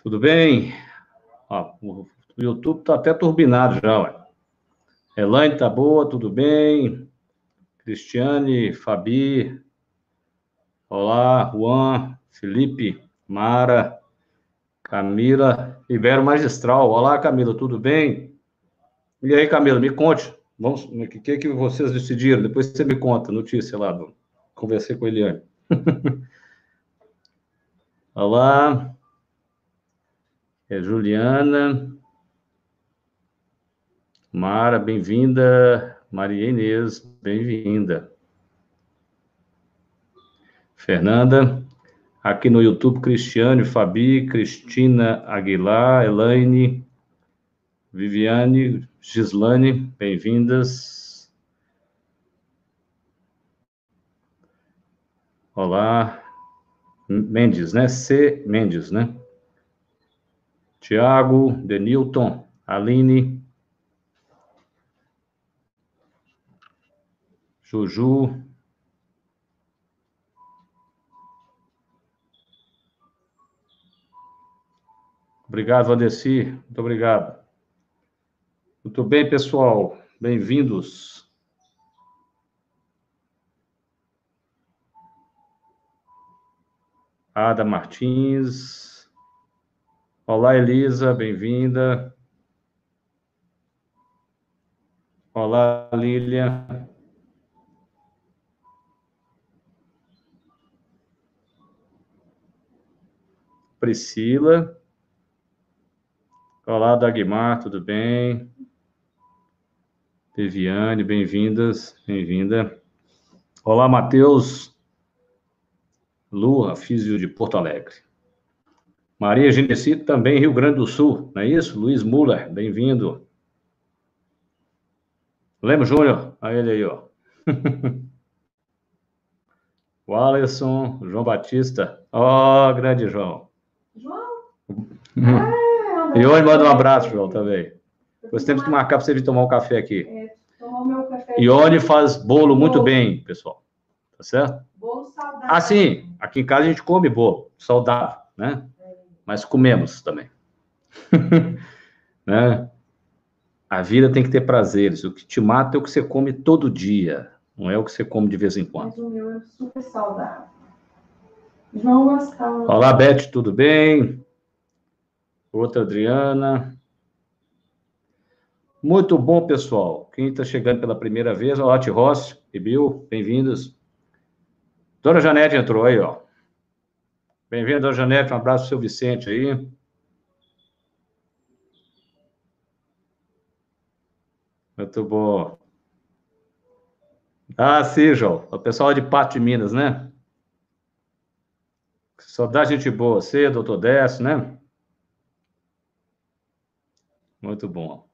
Tudo bem? Ó, o YouTube está até turbinado já, ué. Elaine tá boa, tudo bem? Cristiane, Fabi, olá, Juan, Felipe, Mara, Camila, Ibero Magistral, olá, Camila, tudo bem? E aí, Camila, me conte, o que vocês decidiram? Depois você me conta, notícia lá, conversei com a Eliane. Olá, Juliana, Mara, bem-vinda. Maria Inês, bem-vinda. Fernanda, aqui no YouTube, Cristiane, Fabi, Cristina Aguilar, Elaine, Viviane, Gislane, bem-vindas. Olá, Mendes, né? C. Mendes, né? Tiago, Denilton, Aline, Juju, obrigado, Vadeci, muito obrigado. Muito bem, pessoal, bem-vindos. Ada Martins, olá, Elisa, bem-vinda. Olá, Lília. Priscila. Olá, Dagmar, tudo bem? Viviane, bem-vindas, bem-vinda. Olá, Matheus. Lua, físio de Porto Alegre. Maria Genesi, também Rio Grande do Sul, não é isso? Luiz Muller, bem-vindo. Lemos Júnior, a ele aí, ó. O Alisson, João Batista. Ó, grande João. João? E hoje manda um abraço, João, também. Depois temos que marcar para você vir tomar um café aqui. Tomar o meu café. Ione faz bolo muito bem, pessoal. Tá certo? Bolo saudável. Ah, sim. Aqui em casa a gente come bolo saudável, né? Mas comemos também. Né? A vida tem que ter prazeres. O que te mata é o que você come todo dia. Não é o que você come de vez em quando. Mas o meu é super saudável. João gostava. Olá, Beth, tudo bem? Outra Adriana. Muito bom, pessoal. Quem está chegando pela primeira vez, olá, Ti Rossi e Bill, bem-vindos. Dona Janete entrou aí, ó. Bem-vinda, Dona Janete, um abraço pro seu Vicente aí. Muito bom. Ah, sim, João. O pessoal de Pato de Minas, né? Só dá gente boa. Você, doutor Décio, né? Muito bom.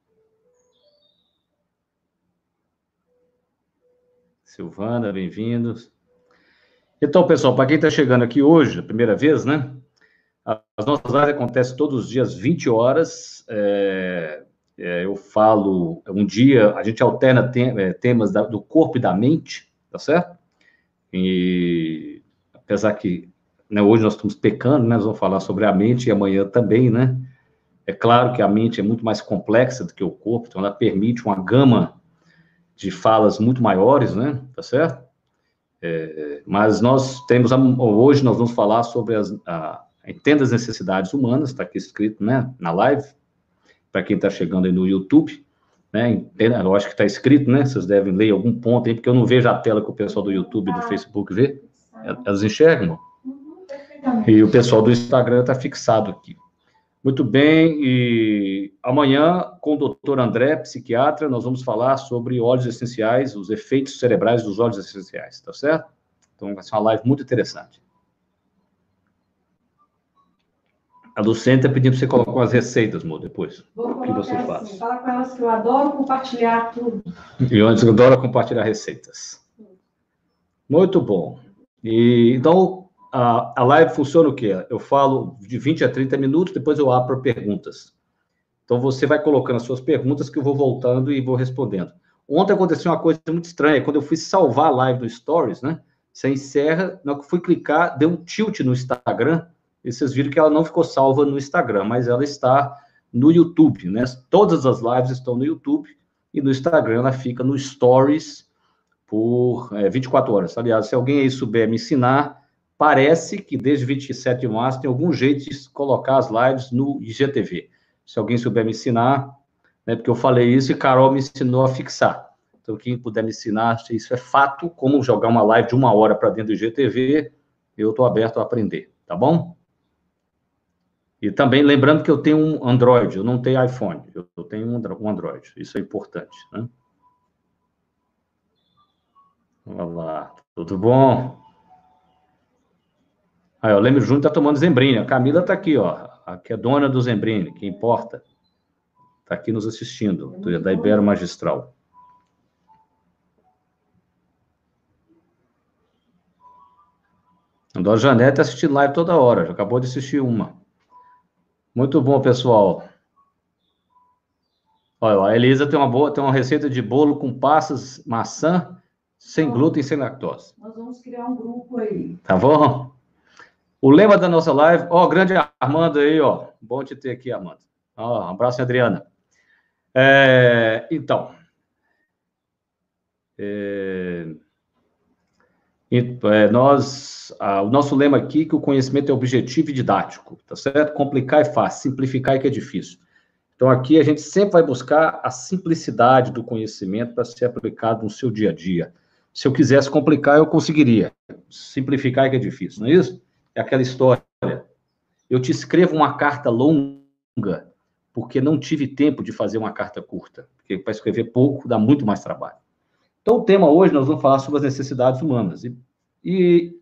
Silvana, bem-vindos. Então, pessoal, para quem está chegando aqui hoje, a primeira vez, né? As nossas lives acontecem todos os dias, 20 horas. Eu falo, um dia, a gente alterna temas do corpo e da mente, tá certo? E apesar que, né, hoje nós estamos pecando, né? Nós vamos falar sobre a mente e amanhã também, né? É claro que a mente é muito mais complexa do que o corpo, então ela permite uma gama de falas muito maiores, né? Tá certo? Mas nós temos, hoje nós vamos falar sobre entenda as necessidades humanas, está aqui escrito, né, na live, para quem está chegando aí no YouTube, né, eu acho que está escrito, né, vocês devem ler algum ponto aí, porque eu não vejo a tela que o pessoal do YouTube e do Facebook vê, elas enxergam, e o pessoal do Instagram está fixado aqui. Muito bem, e amanhã, com o doutor André, psiquiatra, nós vamos falar sobre óleos essenciais, os efeitos cerebrais dos óleos essenciais, tá certo? Então, vai ser uma live muito interessante. A Luciana está pedindo para você colocar umas receitas, amor, depois. O que você faz? Assim, fala com elas que eu adoro compartilhar tudo. E onde eu adoro compartilhar receitas. Muito bom. E, então, a live funciona o quê? Eu falo de 20 a 30 minutos, depois eu abro para perguntas. Então, você vai colocando as suas perguntas que eu vou voltando e vou respondendo. Ontem aconteceu uma coisa muito estranha. Quando eu fui salvar a live no Stories, né? Você encerra, na hora que eu fui clicar, deu um tilt no Instagram e vocês viram que ela não ficou salva no Instagram, mas ela está no YouTube, né? Todas as lives estão no YouTube, e no Instagram ela fica no Stories por 24 horas. Aliás, se alguém aí souber me ensinar, parece que desde 27 de março tem algum jeito de colocar as lives no IGTV. Se alguém souber me ensinar, né, porque eu falei isso e Carol me ensinou a fixar. Então, quem puder me ensinar, se isso é fato, como jogar uma live de 1 hora para dentro do IGTV, eu estou aberto a aprender, tá bom? E também lembrando que eu tenho um Android, eu não tenho iPhone, eu tenho um Android, isso é importante, né? Olá, tudo bom? Aí, ó, o Leme Júnior tá tomando Zembrine, a Camila tá aqui, ó, que é dona do Zembrine, que importa. Tá aqui nos assistindo, da Ibero Magistral. A Dona Janete tá assistindo live toda hora, já acabou de assistir uma. Muito bom, pessoal. Olha, a Elisa tem uma receita de bolo com passas, maçã, sem glúten e sem lactose. Nós vamos criar um grupo aí. Tá bom? O lema da nossa live, ó, grande Armando aí, ó. Bom te ter aqui, Armando. Ó, um abraço, Adriana. Então, o nosso lema aqui é que o conhecimento é objetivo e didático, tá certo? Complicar é fácil, simplificar é que é difícil. Então, aqui a gente sempre vai buscar a simplicidade do conhecimento para ser aplicado no seu dia a dia. Se eu quisesse complicar, eu conseguiria. Simplificar é que é difícil, não é isso? É aquela história. Eu te escrevo uma carta longa porque não tive tempo de fazer uma carta curta. Porque para escrever pouco dá muito mais trabalho. Então, o tema hoje, nós vamos falar sobre as necessidades humanas. E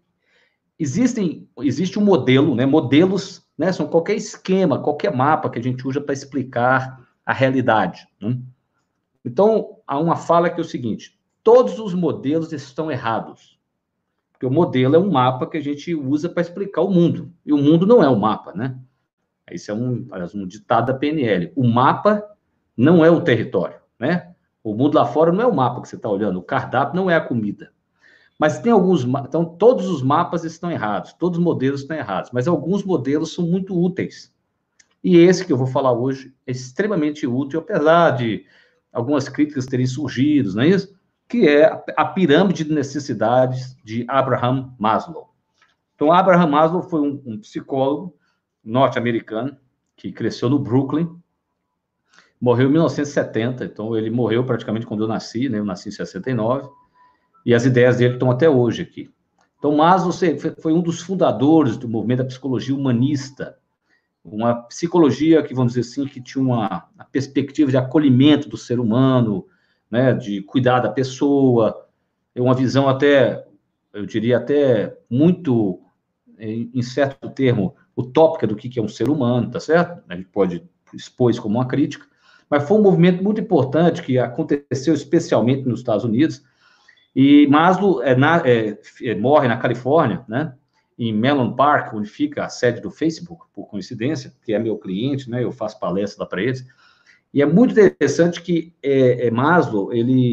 existe um modelo, né? Modelos, né? São qualquer esquema, qualquer mapa que a gente usa para explicar a realidade. Né? Então, há uma fala que é o seguinte: todos os modelos estão errados. Porque o modelo é um mapa que a gente usa para explicar o mundo. E o mundo não é um mapa, né? Isso é um ditado da PNL. O mapa não é o território, né? O mundo lá fora não é o mapa que você está olhando. O cardápio não é a comida. Mas tem alguns... Então, todos os mapas estão errados. Todos os modelos estão errados. Mas alguns modelos são muito úteis. E esse que eu vou falar hoje é extremamente útil, apesar de algumas críticas terem surgido, não é isso? Que é a pirâmide de necessidades de Abraham Maslow. Então, Abraham Maslow foi um psicólogo norte-americano que cresceu no Brooklyn, morreu em 1970, então ele morreu praticamente quando eu nasci, né? Eu nasci em 69, e as ideias dele estão até hoje aqui. Então, Maslow foi um dos fundadores do movimento da psicologia humanista, uma psicologia que, vamos dizer assim, que tinha uma perspectiva de acolhimento do ser humano, né, de cuidar da pessoa, uma visão até, eu diria até muito, em certo termo, utópica do que é um ser humano, tá certo? A gente pode expor isso como uma crítica, mas foi um movimento muito importante que aconteceu especialmente nos Estados Unidos, e Maslow morre na Califórnia, né, em Menlo Park, onde fica a sede do Facebook, por coincidência, que é meu cliente, né, eu faço palestra lá para eles, e é muito interessante que Maslow,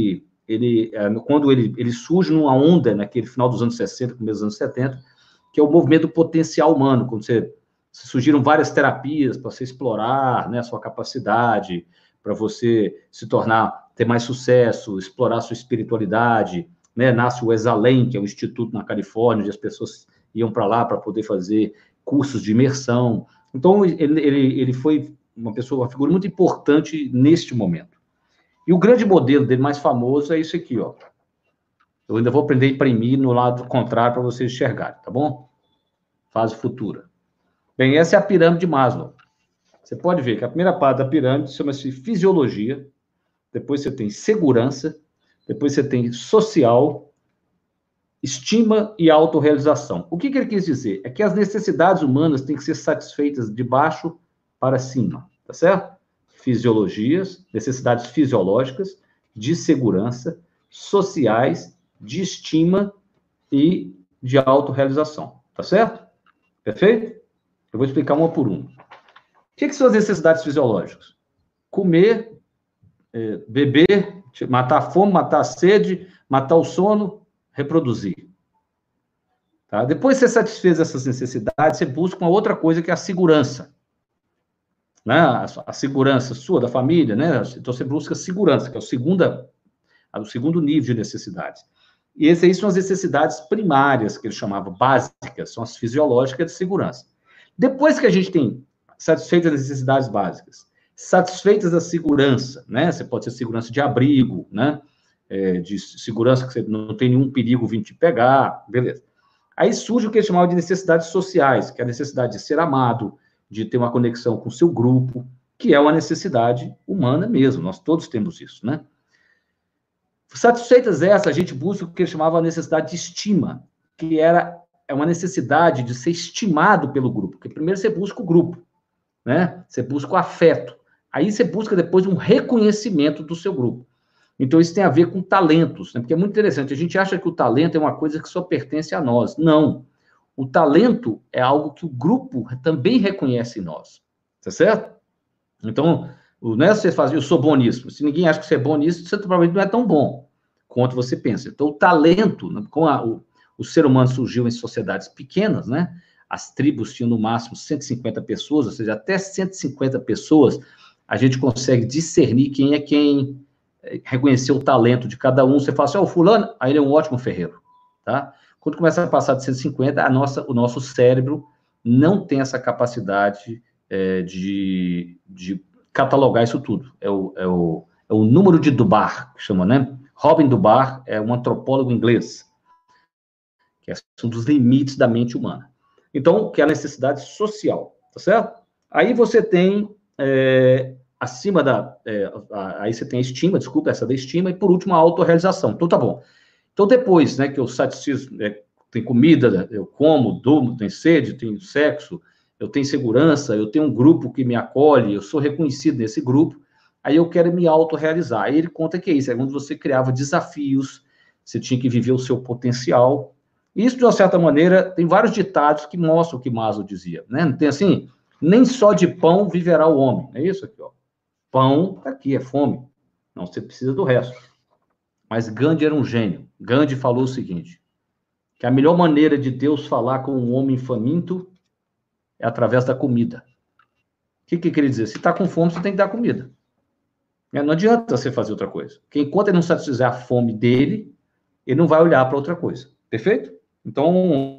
quando ele surge numa onda, naquele final dos anos 60, começo dos anos 70, que é o movimento do potencial humano, quando surgiram várias terapias para você explorar, né, a sua capacidade, para você ter mais sucesso, explorar a sua espiritualidade, né, nasce o Esalen, que é um instituto na Califórnia, onde as pessoas iam para lá para poder fazer cursos de imersão. Então, ele foi uma figura muito importante neste momento. E o grande modelo dele mais famoso é isso aqui, ó. Eu ainda vou aprender a imprimir no lado contrário para vocês enxergarem, tá bom? Fase futura. Bem, essa é a pirâmide de Maslow. Você pode ver que a primeira parte da pirâmide chama-se fisiologia, depois você tem segurança, depois você tem social, estima e autorrealização. O que ele quis dizer? É que as necessidades humanas têm que ser satisfeitas de baixo para cima, tá certo? Fisiologias, necessidades fisiológicas, de segurança, sociais, de estima e de autorrealização, tá certo? Perfeito? Eu vou explicar uma por uma. O que são as necessidades fisiológicas? Comer, beber, matar a fome, matar a sede, matar o sono, reproduzir. Tá? Depois que você satisfez essas necessidades, você busca uma outra coisa que é a segurança. Né? A segurança sua, da família, né? Então você busca segurança, que é o segundo nível de necessidades. E essas aí são as necessidades primárias, que ele chamava básicas, são as fisiológicas de segurança. Depois que a gente tem satisfeitas as necessidades básicas, satisfeitas a segurança, né? Você pode ter segurança de abrigo, né? De segurança que você não tem nenhum perigo vindo te pegar, beleza. Aí surge o que ele chamava de necessidades sociais, que é a necessidade de ser amado, de ter uma conexão com o seu grupo, que é uma necessidade humana mesmo, nós todos temos isso, né? Satisfeitas essas, a gente busca o que ele chamava a necessidade de estima, que é uma necessidade de ser estimado pelo grupo, porque primeiro você busca o grupo, né? Você busca o afeto, aí você busca depois um reconhecimento do seu grupo. Então, isso tem a ver com talentos, né? Porque é muito interessante, a gente acha que o talento é uma coisa que só pertence a nós. Não. O talento é algo que o grupo também reconhece em nós, tá certo? Então, não é você fazer, eu sou bom nisso. Se ninguém acha que você é bom nisso, você provavelmente não é tão bom quanto você pensa. Então, o talento, como o ser humano surgiu em sociedades pequenas, né? As tribos tinham no máximo 150 pessoas, ou seja, até 150 pessoas, a gente consegue discernir quem é quem, reconhecer o talento de cada um. Você fala assim, o fulano, aí ele é um ótimo ferreiro, tá? Quando começa a passar de 150, o nosso cérebro não tem essa capacidade de catalogar isso tudo. É o número de Dunbar, que chama, né? Robin Dunbar é um antropólogo inglês, que é um dos limites da mente humana. Então, que é a necessidade social, tá certo? Aí você tem, acima aí você tem a estima, desculpa, essa da estima, e por último a autorrealização. Então, tá bom. Então, depois, né, que eu satisfiz, tem comida, eu como, durmo, tenho sede, tenho sexo, eu tenho segurança, eu tenho um grupo que me acolhe, eu sou reconhecido nesse grupo, aí eu quero me autorrealizar. Aí ele conta que é isso, é quando você criava desafios, você tinha que viver o seu potencial. Isso, de uma certa maneira, tem vários ditados que mostram o que Maslow dizia, né? Não tem assim, nem só de pão viverá o homem, é isso aqui, ó. Pão, tá aqui, é fome. Não, você precisa do resto. Mas Gandhi era um gênio. Gandhi falou o seguinte, que a melhor maneira de Deus falar com um homem faminto é através da comida. O que queria dizer? Se está com fome, você tem que dar comida. Não adianta você fazer outra coisa. Porque enquanto ele não satisfizer a fome dele, ele não vai olhar para outra coisa. Perfeito? Então,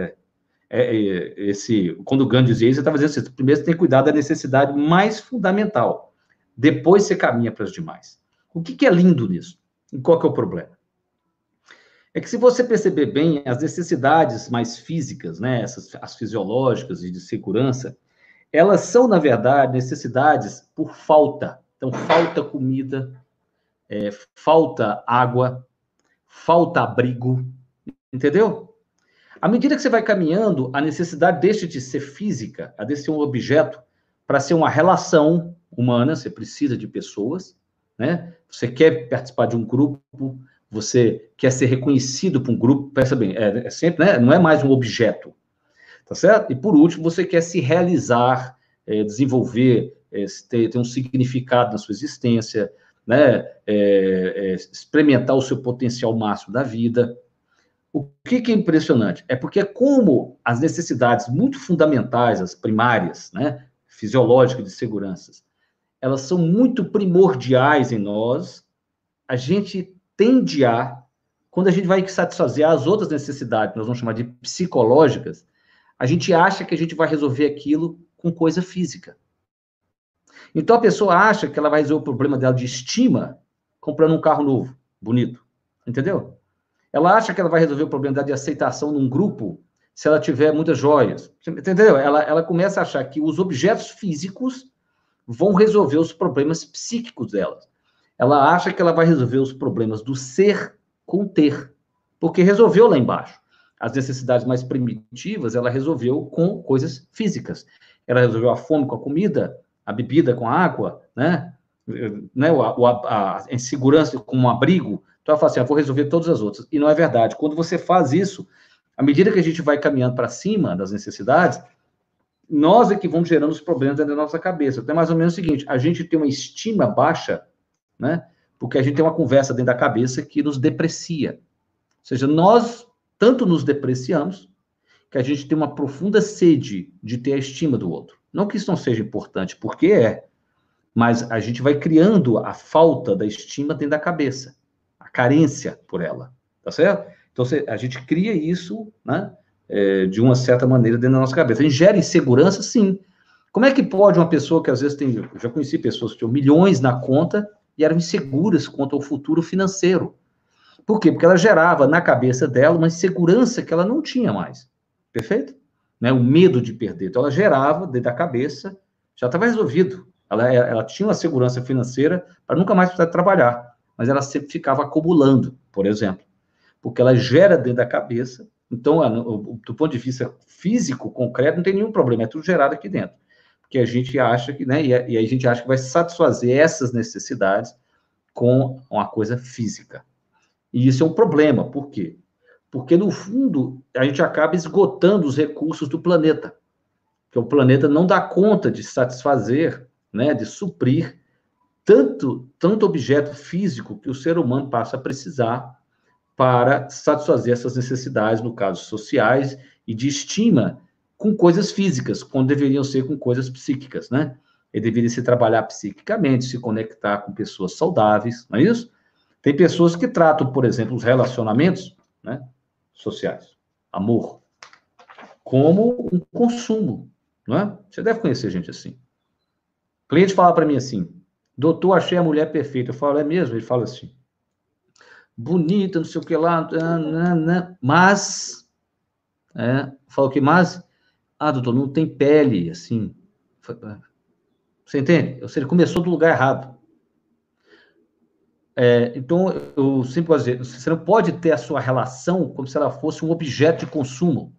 quando o Gandhi dizia isso, ele estava dizendo assim, primeiro você tem que cuidar da necessidade mais fundamental. Depois você caminha para as demais. O que é lindo nisso? E qual que é o problema? É que se você perceber bem, as necessidades mais físicas, né, as fisiológicas e de segurança, elas são, na verdade, necessidades por falta. Então, falta comida, falta água, falta abrigo, entendeu? À medida que você vai caminhando, a necessidade deixa de ser física, a de ser um objeto, para ser uma relação humana, você precisa de pessoas, né? Você quer participar de um grupo, você quer ser reconhecido por um grupo, pensa bem, sempre, né? Não é mais um objeto, tá certo? E por último, você quer se realizar, desenvolver, ter um significado na sua existência, né? Experimentar o seu potencial máximo da vida. O que é impressionante? É porque como as necessidades muito fundamentais, as primárias, né? Fisiológicas de segurança, elas são muito primordiais em nós, a gente tende quando a gente vai satisfazer as outras necessidades, nós vamos chamar de psicológicas, a gente acha que a gente vai resolver aquilo com coisa física. Então, a pessoa acha que ela vai resolver o problema dela de estima comprando um carro novo, bonito, entendeu? Ela acha que ela vai resolver o problema dela de aceitação num grupo se ela tiver muitas joias, entendeu? Ela começa a achar que os objetos físicos vão resolver os problemas psíquicos dela. Ela acha que ela vai resolver os problemas do ser com ter, porque resolveu lá embaixo. As necessidades mais primitivas, ela resolveu com coisas físicas. Ela resolveu a fome com a comida, a bebida com a água, né? A insegurança com um abrigo. Então, ela fala assim, eu vou resolver todas as outras. E não é verdade. Quando você faz isso, à medida que a gente vai caminhando para cima das necessidades, nós é que vamos gerando os problemas dentro da nossa cabeça. Então, é mais ou menos o seguinte, a gente tem uma estima baixa, né? Porque a gente tem uma conversa dentro da cabeça que nos deprecia. Ou seja, nós tanto nos depreciamos, que a gente tem uma profunda sede de ter a estima do outro. Não que isso não seja importante, porque é, mas a gente vai criando a falta da estima dentro da cabeça, a carência por ela, tá certo? Então, a gente cria isso, né, de uma certa maneira dentro da nossa cabeça. A gente gera insegurança, sim. Como é que pode uma pessoa que às vezes tem... Eu já conheci pessoas que tinham milhões na conta e eram inseguras quanto ao futuro financeiro. Por quê? Porque ela gerava na cabeça dela uma insegurança que ela não tinha mais. Perfeito? Né? O medo de perder. Então, ela gerava dentro da cabeça, já estava resolvido. Ela tinha uma segurança financeira para nunca mais precisar trabalhar. Mas ela sempre ficava acumulando, por exemplo. Porque ela gera dentro da cabeça. Então, do ponto de vista físico, concreto, não tem nenhum problema. É tudo gerado aqui dentro. Porque a gente acha que, né? E a gente acha que vai satisfazer essas necessidades com uma coisa física. E isso é um problema. Por quê? Porque, no fundo, a gente acaba esgotando os recursos do planeta. Que o planeta não dá conta de satisfazer, né, de suprir tanto objeto físico que o ser humano passa a precisar para satisfazer essas necessidades, no caso, sociais e de estima, com coisas físicas, quando deveriam ser com coisas psíquicas, né? Ele deveria se trabalhar psiquicamente, se conectar com pessoas saudáveis, não é isso? Tem pessoas que tratam, por exemplo, os relacionamentos, né, sociais, amor, como um consumo, não é? Você deve conhecer gente assim. O cliente fala para mim assim, doutor, achei a mulher perfeita. Eu falo, é mesmo? Ele fala assim, bonita, não sei o que lá, mas, fala o que mais? Ah, doutor, não tem pele, assim. Você entende? Ou seja, ele começou do lugar errado. Então, eu sempre vou dizer, você não pode ter a sua relação como se ela fosse um objeto de consumo.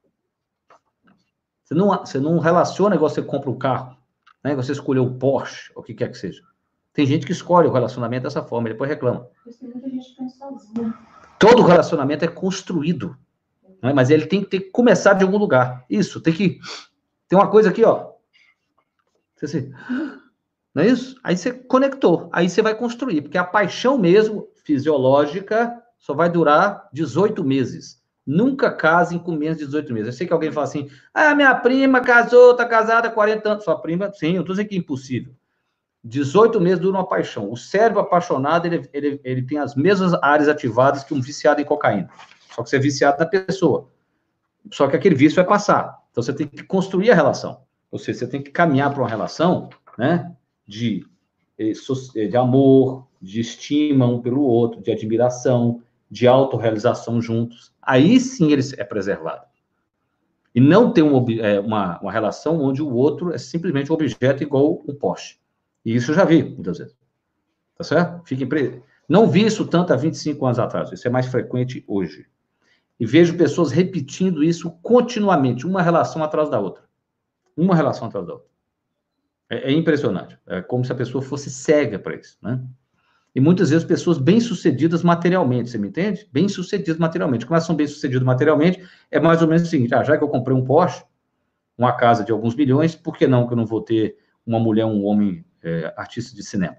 Você não relaciona igual você compra um carro, né? Você escolheu o Porsche, ou o que quer que seja. Tem gente que escolhe o relacionamento dessa forma, e depois reclama. Tem muita gente que sozinha. Todo relacionamento é construído, né? Mas ele tem que ter que começar de algum lugar. Isso, tem uma coisa aqui, ó. Você, não é isso? Aí você conectou, aí você vai construir, porque a paixão mesmo, fisiológica, só vai durar 18 meses. Nunca casem com menos de 18 meses. Eu sei que alguém fala assim, minha prima casou, tá casada há 40 anos. Sua prima, sim, eu tô dizendo que é impossível. 18 meses dura uma paixão. O cérebro apaixonado, ele tem as mesmas áreas ativadas que um viciado em cocaína. Só que você é viciado na pessoa. Só que aquele vício vai passar. Então, você tem que construir a relação. Ou seja, você tem que caminhar para uma relação, né, de amor, de estima um pelo outro, de admiração, de autorrealização juntos. Aí sim ele é preservado. E não ter uma relação onde o outro é simplesmente um objeto igual um poste. E isso eu já vi, muitas vezes. Tá certo? Não vi isso tanto há 25 anos atrás. Isso é mais frequente hoje. E vejo pessoas repetindo isso continuamente, uma relação atrás da outra. Uma relação atrás da outra. É impressionante. É como se a pessoa fosse cega para isso, né? E muitas vezes pessoas bem-sucedidas materialmente, você me entende? Bem-sucedidas materialmente. Como elas são bem-sucedidas materialmente, é mais ou menos o seguinte, já que eu comprei um Porsche, uma casa de alguns milhões, por que não que eu não vou ter uma mulher, um homem, artista de cinema?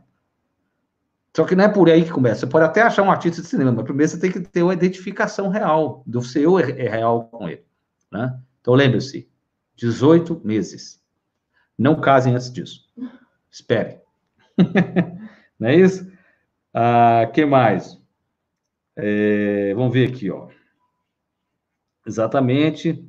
Só que não é por aí que começa. Você pode até achar um artista de cinema, mas primeiro você tem que ter uma identificação real, do seu real com ele, né? Então, lembre-se, 18 meses. Não casem antes disso. Espere. Não é isso? Que mais? Vamos ver aqui, ó. Exatamente.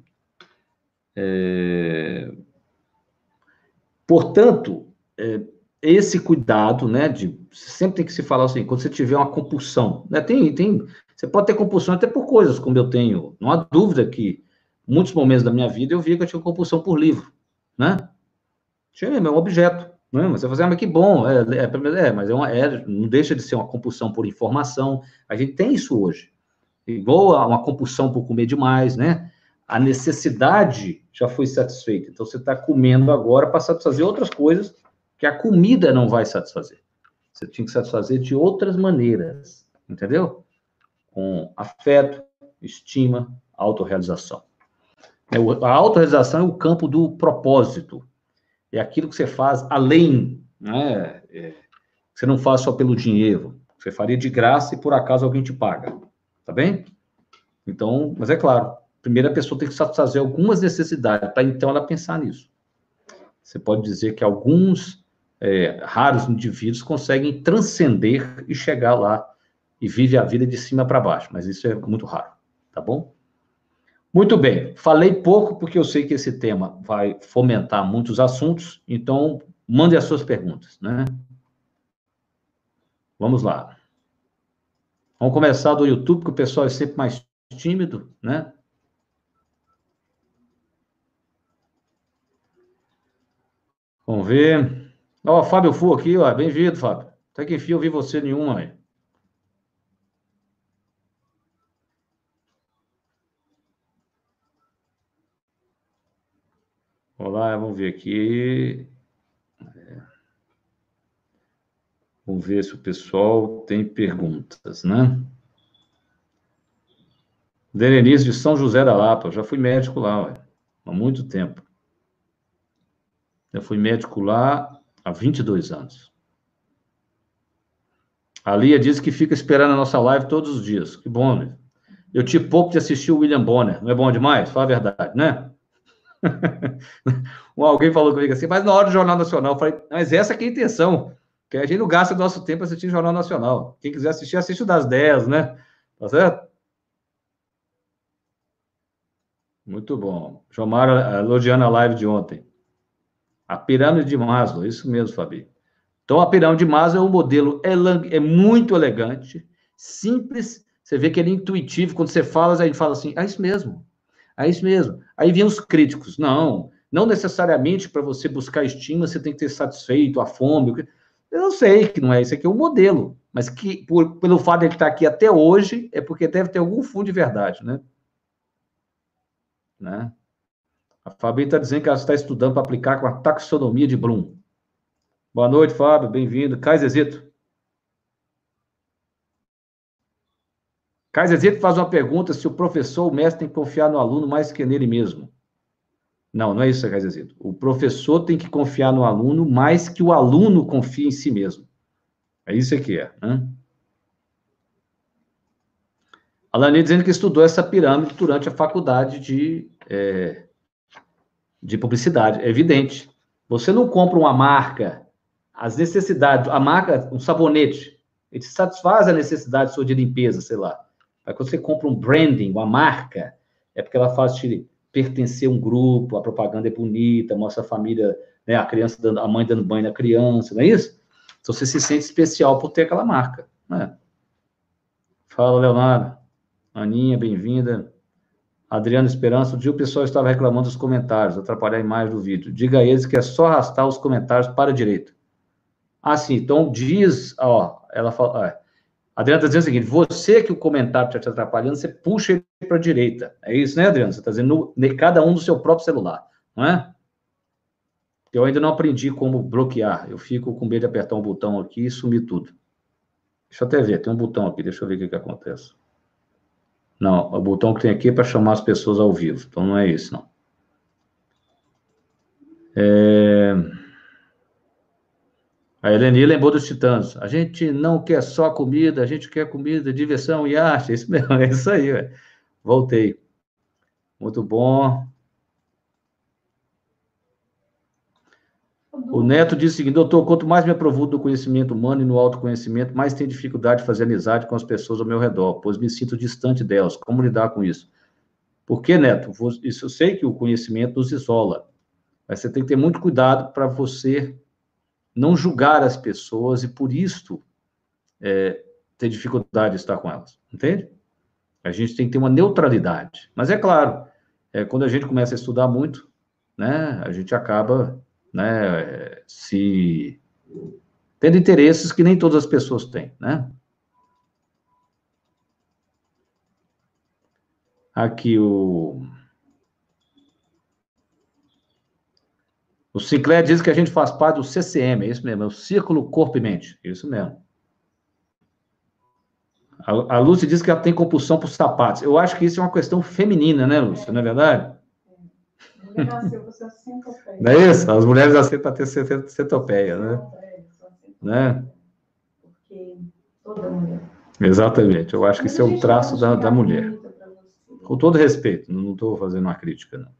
Portanto, esse cuidado, né, sempre tem que se falar assim, quando você tiver uma compulsão, né, você pode ter compulsão até por coisas, como eu tenho, não há dúvida que, muitos momentos da minha vida, eu via que eu tinha compulsão por livro, né? Tinha um objeto, né? Mas você vai dizer, mas que bom, mas não deixa de ser uma compulsão por informação, a gente tem isso hoje, igual a uma compulsão por comer demais, né? A necessidade já foi satisfeita, então você está comendo agora para satisfazer outras coisas que a comida não vai satisfazer. Você tinha que satisfazer de outras maneiras, entendeu? Com afeto, estima, autorrealização. A autorrealização é o campo do propósito. É aquilo que você faz além, né? Você não faz só pelo dinheiro. Você faria de graça e por acaso alguém te paga. Tá bem? Então, mas é claro, primeiro a pessoa tem que satisfazer algumas necessidades, para então ela pensar nisso. Você pode dizer que alguns raros indivíduos conseguem transcender e chegar lá e vive a vida de cima para baixo, mas isso é muito raro, tá bom? Muito bem, falei pouco porque eu sei que esse tema vai fomentar muitos assuntos, então mande as suas perguntas, né? Vamos lá. Vamos começar do YouTube, porque o pessoal é sempre mais tímido, né? Vamos ver. Ó, Fábio Fu aqui, ó, bem-vindo, Fábio. Até que enfim eu vi você nenhuma aí. Olá, vamos ver aqui. Vamos ver se o pessoal tem perguntas, né? Denise de São José da Lapa, eu já fui médico lá, ué, há muito tempo. Eu fui médico lá há 22 anos. A Lia disse que fica esperando a nossa live todos os dias. Que bom, né? Eu tive pouco de assistir o William Bonner. Não é bom demais? Fala a verdade, né? Alguém falou comigo assim, mas na hora do Jornal Nacional, eu falei, mas essa que é a intenção, que a gente não gasta nosso tempo assistindo o Jornal Nacional. Quem quiser assistir, assiste o das 10, né? Tá certo? Muito bom. Jomar elogiando a live de ontem. A pirâmide de Maslow, isso mesmo, Fabi. Então, a pirâmide de Maslow é um modelo é muito elegante, simples, você vê que ele é intuitivo, quando você fala, a gente fala assim, é isso mesmo, é isso mesmo. Aí vem os críticos, não necessariamente para você buscar estímulo, você tem que ter satisfeito a fome. Eu sei que não é isso aqui, é um modelo, mas que pelo fato de ele estar aqui até hoje, é porque deve ter algum fundo de verdade, né? A Fabi está dizendo que ela está estudando para aplicar com a taxonomia de Bloom. Boa noite, Fábio, bem-vindo. Kaisezito. Kaisezito faz uma pergunta se o professor, o mestre, tem que confiar no aluno mais que nele mesmo. Não, não é isso, Kaisezito. O professor tem que confiar no aluno mais que o aluno confie em si mesmo. É isso que é, né? A Lani dizendo que estudou essa pirâmide durante a faculdade de publicidade. É evidente. Você não compra uma marca, as necessidades, a marca, um sabonete, ele satisfaz a necessidade sua de limpeza, sei lá. Mas quando você compra um branding, uma marca, é porque ela faz te pertencer a um grupo, a propaganda é bonita, mostra a família, né, a criança a mãe dando banho na criança, não é isso? Então você se sente especial por ter aquela marca, né? Fala, Leonardo. Aninha, bem-vinda. Adriano Esperança, o dia o pessoal estava reclamando dos comentários, atrapalhar a imagem do vídeo. Diga a eles que é só arrastar os comentários para a direita. Ah, sim, então diz, ó, ela fala, Adriana está dizendo o seguinte, você que o comentário está te atrapalhando, você puxa ele para a direita. É isso, né, Adriana? Você está dizendo cada um do seu próprio celular, não é? Eu ainda não aprendi como bloquear. Eu fico com medo de apertar um botão aqui e sumir tudo. Deixa eu até ver, tem um botão aqui, deixa eu ver o que acontece. Não, o botão que tem aqui é para chamar as pessoas ao vivo, então não é isso, não. A Eleni lembrou dos Titãs. A gente não quer só comida, a gente quer comida, diversão e arte. É isso mesmo, é isso aí, velho. Voltei. Muito bom. O Neto disse o seguinte, doutor, quanto mais me aprofundo no conhecimento humano e no autoconhecimento, mais tenho dificuldade de fazer amizade com as pessoas ao meu redor, pois me sinto distante delas. Como lidar com isso? Por que, Neto? Isso eu sei que o conhecimento nos isola, mas você tem que ter muito cuidado para você não julgar as pessoas e, por isso, ter dificuldade de estar com elas, entende? A gente tem que ter uma neutralidade. Mas é claro, quando a gente começa a estudar muito, né, a gente acaba, né, tendo interesses que nem todas as pessoas têm, né? Aqui o Sinclair diz que a gente faz parte do CCM, é isso mesmo, é o Círculo Corpo e Mente, é isso mesmo. A Lúcia diz que ela tem compulsão por sapatos. Eu acho que isso é uma questão feminina, né, Lúcia? Não é verdade? Mulher nasceu para ser centopeia. Não é isso? As mulheres nasceram para ter centopeia, né? Porque toda mulher. Exatamente. Eu acho que isso é um traço da mulher. Com todo respeito, não estou fazendo uma crítica, não.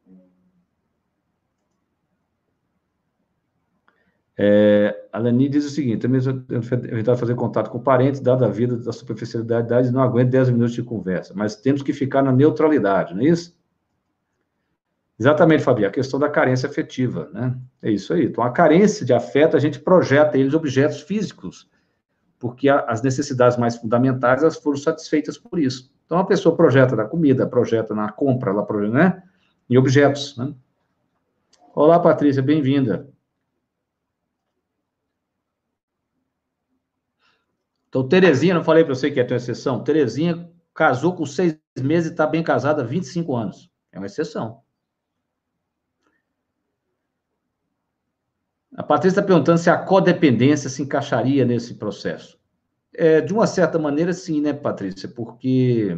A Lani diz o seguinte: também evitar fazer contato com parentes, dada a vida da superficialidade, não aguento 10 minutos de conversa, mas temos que ficar na neutralidade, não é isso? Exatamente, Fabi, a questão da carência afetiva, né? É isso aí. Então, a carência de afeto, a gente projeta eles objetos físicos, porque as necessidades mais fundamentais, elas foram satisfeitas por isso. Então, a pessoa projeta na comida, projeta na compra, ela projeta, né? Em objetos, né? Olá, Patrícia, bem-vinda. Então, Terezinha, não falei para você que ia ter uma exceção? Terezinha casou com 6 meses e está bem casada há 25 anos. É uma exceção. A Patrícia está perguntando se a codependência se encaixaria nesse processo. De uma certa maneira, sim, né, Patrícia? Porque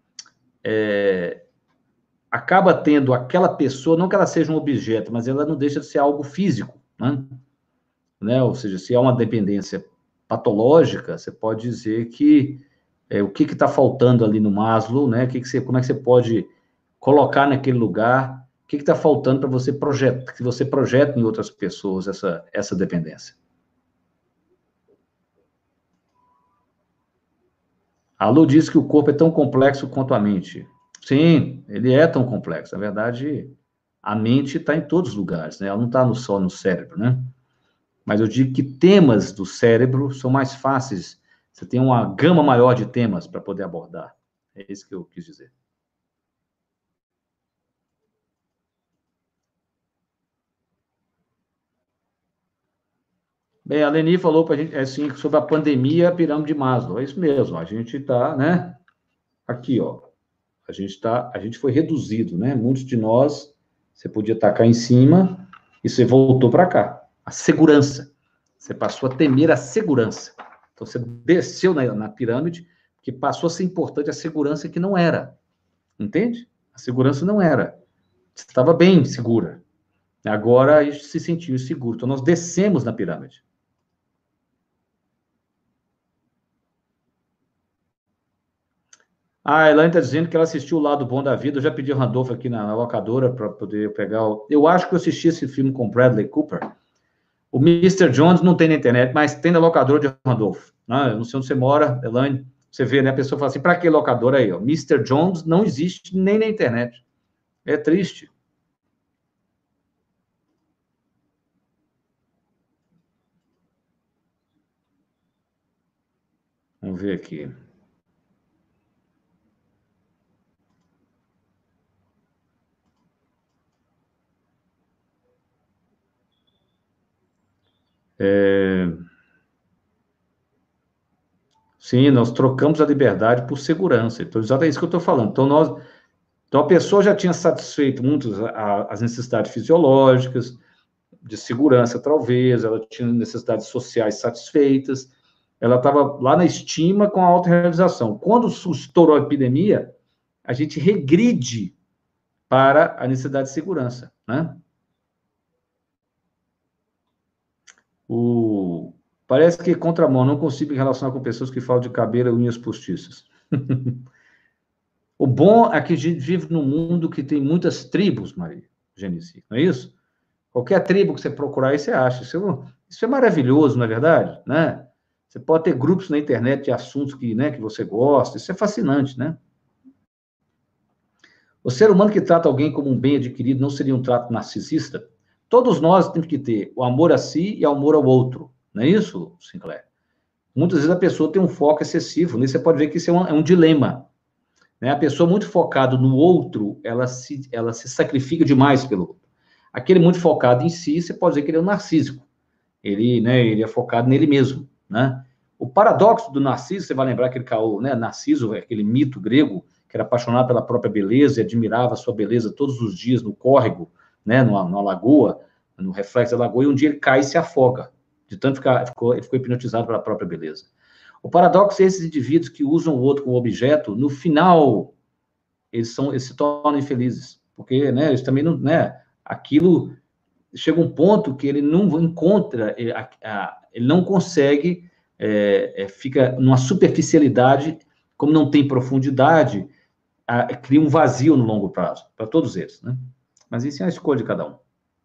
acaba tendo aquela pessoa, não que ela seja um objeto, mas ela não deixa de ser algo físico, né? Ou seja, se é uma dependência patológica, você pode dizer que o que está faltando ali no Maslow, né? Como é que você pode colocar naquele lugar? O que está faltando para você projetar, que você projeta em outras pessoas essa dependência? A Lu diz que o corpo é tão complexo quanto a mente. Sim, ele é tão complexo. Na verdade, a mente está em todos os lugares, né? Ela não está só no cérebro, né? Mas eu digo que temas do cérebro são mais fáceis. Você tem uma gama maior de temas para poder abordar. É isso que eu quis dizer. Bem, a Leni falou para a gente assim, sobre a pandemia, a pirâmide de Maslow. É isso mesmo, a gente está, né? Aqui, ó. A gente foi reduzido, né? Muitos de nós, você podia estar cá em cima e você voltou para cá. A segurança. Você passou a temer a segurança. Então, você desceu na pirâmide, que passou a ser importante a segurança que não era. Entende? A segurança não era. Você estava bem segura. Agora, a gente se sentiu inseguro. Então, nós descemos na pirâmide. A Elaine está dizendo que ela assistiu O Lado Bom da Vida. Eu já pedi o Randolph aqui na locadora para poder pegar Eu acho que eu assisti esse filme com Bradley Cooper. O Mr. Jones não tem na internet, mas tem na locadora de Randolph. Eu não sei onde você mora, Elaine. Você vê, né? A pessoa fala assim, para que locadora aí? Ó? Mr. Jones não existe nem na internet. É triste. Vamos ver aqui. Sim, nós trocamos a liberdade por segurança. Então, exatamente isso que eu estou falando. Então, a pessoa já tinha satisfeito muitas as necessidades fisiológicas, de segurança, talvez, ela tinha necessidades sociais satisfeitas, ela estava lá na estima com a autorrealização. Quando estourou a epidemia, a gente regride para a necessidade de segurança, né? Parece que contramão, não consigo me relacionar com pessoas que falam de cabelo e unhas postiças. O bom é que a gente vive num mundo que tem muitas tribos, Maria Genici, não é isso? Qualquer tribo que você procurar aí, você acha. Isso é maravilhoso, não é verdade? Né? Você pode ter grupos na internet de assuntos que você gosta, isso é fascinante, né? O ser humano que trata alguém como um bem adquirido não seria um trato narcisista? Todos nós temos que ter o amor a si e o amor ao outro, não é isso, Sinclair? Muitas vezes a pessoa tem um foco excessivo, nisso você pode ver que isso é um dilema. Né? A pessoa muito focada no outro, ela se sacrifica demais pelo outro. Aquele muito focado em si, você pode dizer que ele é um narcísico. Ele é focado nele mesmo, né? O paradoxo do Narciso, você vai lembrar aquele caô, né? Narciso, aquele mito grego, que era apaixonado pela própria beleza e admirava a sua beleza todos os dias no córrego, né? Numa lagoa, no reflexo da lagoa, e um dia ele cai e se afoga, de tanto ele ficou hipnotizado pela própria beleza. O paradoxo é esses indivíduos que usam o outro como objeto, no final, eles se tornam infelizes, porque, né, eles também não, né, aquilo chega um ponto que ele não encontra, ele não consegue, fica numa superficialidade, como não tem profundidade, cria um vazio no longo prazo, para todos eles, né? Mas isso é a escolha de cada um.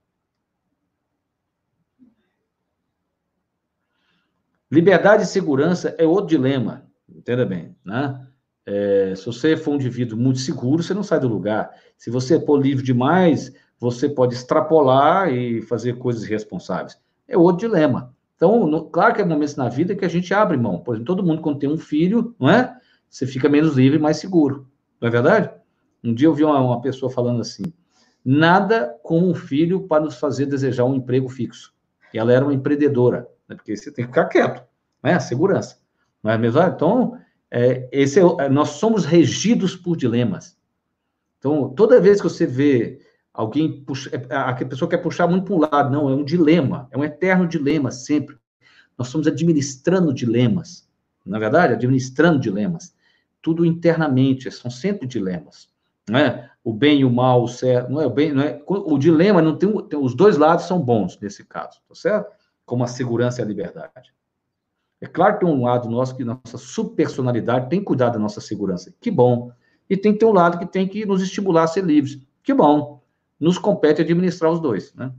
Liberdade e segurança é outro dilema, entenda bem, né? Se você for um indivíduo muito seguro, você não sai do lugar. Se você for livre demais, você pode extrapolar e fazer coisas irresponsáveis. É outro dilema. Então, claro que há momentos na vida que a gente abre mão. Por exemplo, todo mundo, quando tem um filho, não é? Você fica menos livre e mais seguro. Não é verdade? Um dia eu vi uma pessoa falando assim, nada como um filho para nos fazer desejar um emprego fixo. E ela era uma empreendedora, né? Porque você tem que ficar quieto, né? Segurança. Não é mesmo? Então, nós somos regidos por dilemas. Então, toda vez que você vê alguém, a pessoa quer puxar muito para um lado, não, é um dilema, é um eterno dilema sempre. Nós estamos administrando dilemas, na verdade, administrando dilemas. Tudo internamente, são sempre dilemas. Não é? O bem e o mal, o certo, não é o bem, não é, o dilema não tem, os dois lados são bons nesse caso, tá certo? Como a segurança e a liberdade. É claro que tem um lado nosso que nossa subpersonalidade tem que cuidar da nossa segurança, que bom. E tem que ter um lado que tem que nos estimular a ser livres, que bom. Nos compete administrar os dois, né?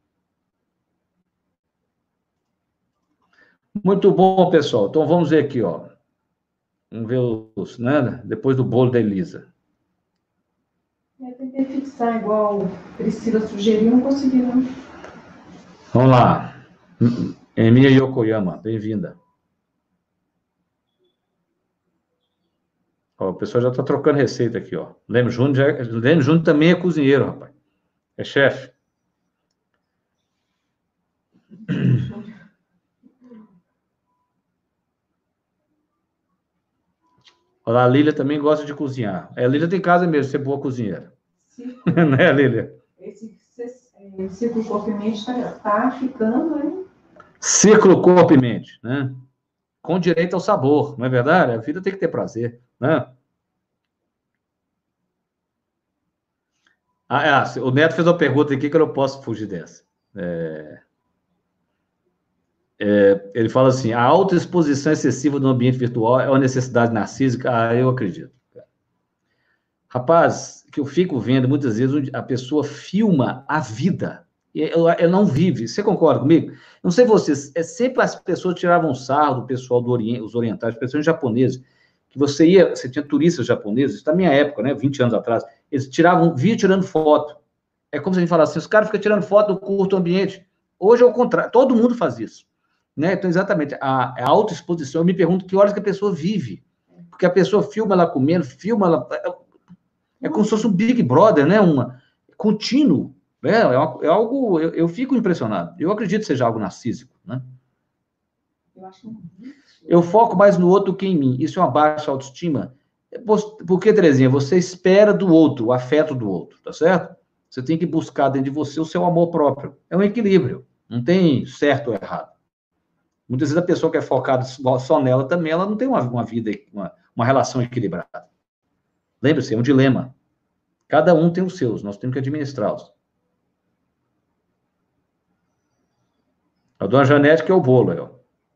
Muito bom, pessoal. Então, vamos ver aqui, ó. Vamos ver os, né? Depois do bolo da Elisa. Eu tentei fixar igual Priscila sugeriu, não consegui, não. Vamos lá. Emilia Yokoyama, bem-vinda. Ó, o pessoal já está trocando receita aqui, ó. Leme Júnior também é cozinheiro, rapaz. É chefe. Olha, a Lília também gosta de cozinhar. A Lília tem casa mesmo, ser boa cozinheira. Sim. Né, Lília? Esse ciclo corpo e mente está ficando, hein? Ciclo corpo e mente, né? Com direito ao sabor, não é verdade? A vida tem que ter prazer, né? O Neto fez uma pergunta aqui que eu não posso fugir dessa. Ele fala assim, a autoexposição excessiva no ambiente virtual é uma necessidade narcísica? Eu acredito. Rapaz, que eu fico vendo muitas vezes a pessoa filma a vida, ela não vive. Você concorda comigo? Não sei vocês, sempre as pessoas tiravam sarro do pessoal do Oriente, os orientais, principalmente japoneses, que você tinha turistas japoneses, isso na minha época, né, 20 anos atrás, eles via tirando foto. É como se a gente falasse assim, os caras ficam tirando foto do curto ambiente. Hoje é o contrário, todo mundo faz isso. Né? Então, exatamente, a autoexposição, eu me pergunto que horas que a pessoa vive. Porque a pessoa filma ela comendo, filma ela... É como se fosse um Big Brother, né? Contínuo. É algo... Eu fico impressionado. Eu acredito que seja algo narcísico, né? Eu foco mais no outro que em mim. Isso é uma baixa autoestima. Porque, Terezinha, você espera do outro, o afeto do outro, tá certo? Você tem que buscar dentro de você o seu amor próprio. É um equilíbrio. Não tem certo ou errado. Muitas vezes a pessoa que é focada só nela também, ela não tem uma vida, uma relação equilibrada. Lembre-se, é um dilema. Cada um tem os seus, nós temos que administrá-los. A dona Janete que é o bolo, ó.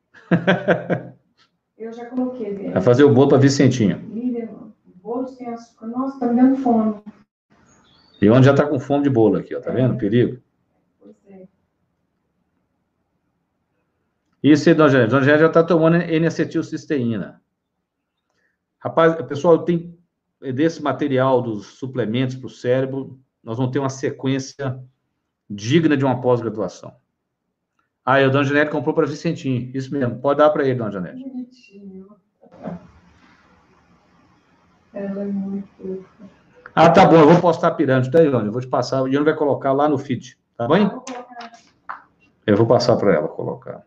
Eu já coloquei. Vai fazer o bolo para Vicentinho. Bolo sem açúcar. Nossa, tá me dando fome. E onde já tá com fome de bolo aqui, ó. Tá vendo? Perigo. Pois é. Isso aí, dona Janete. Dona Janete já tá tomando N-acetilcisteína. Rapaz, pessoal, tem desse material dos suplementos para o cérebro, nós vamos ter uma sequência digna de uma pós-graduação. A dona Janete comprou para Vicentinho. Isso mesmo. Pode dar para ele, dona Janete. Bonitinho. Ela é muito... Tá bom. Eu vou postar a pirâmide, tá, Ione? Eu vou te passar. O Ione vai colocar lá no feed. Tá bem? Eu vou passar para ela colocar.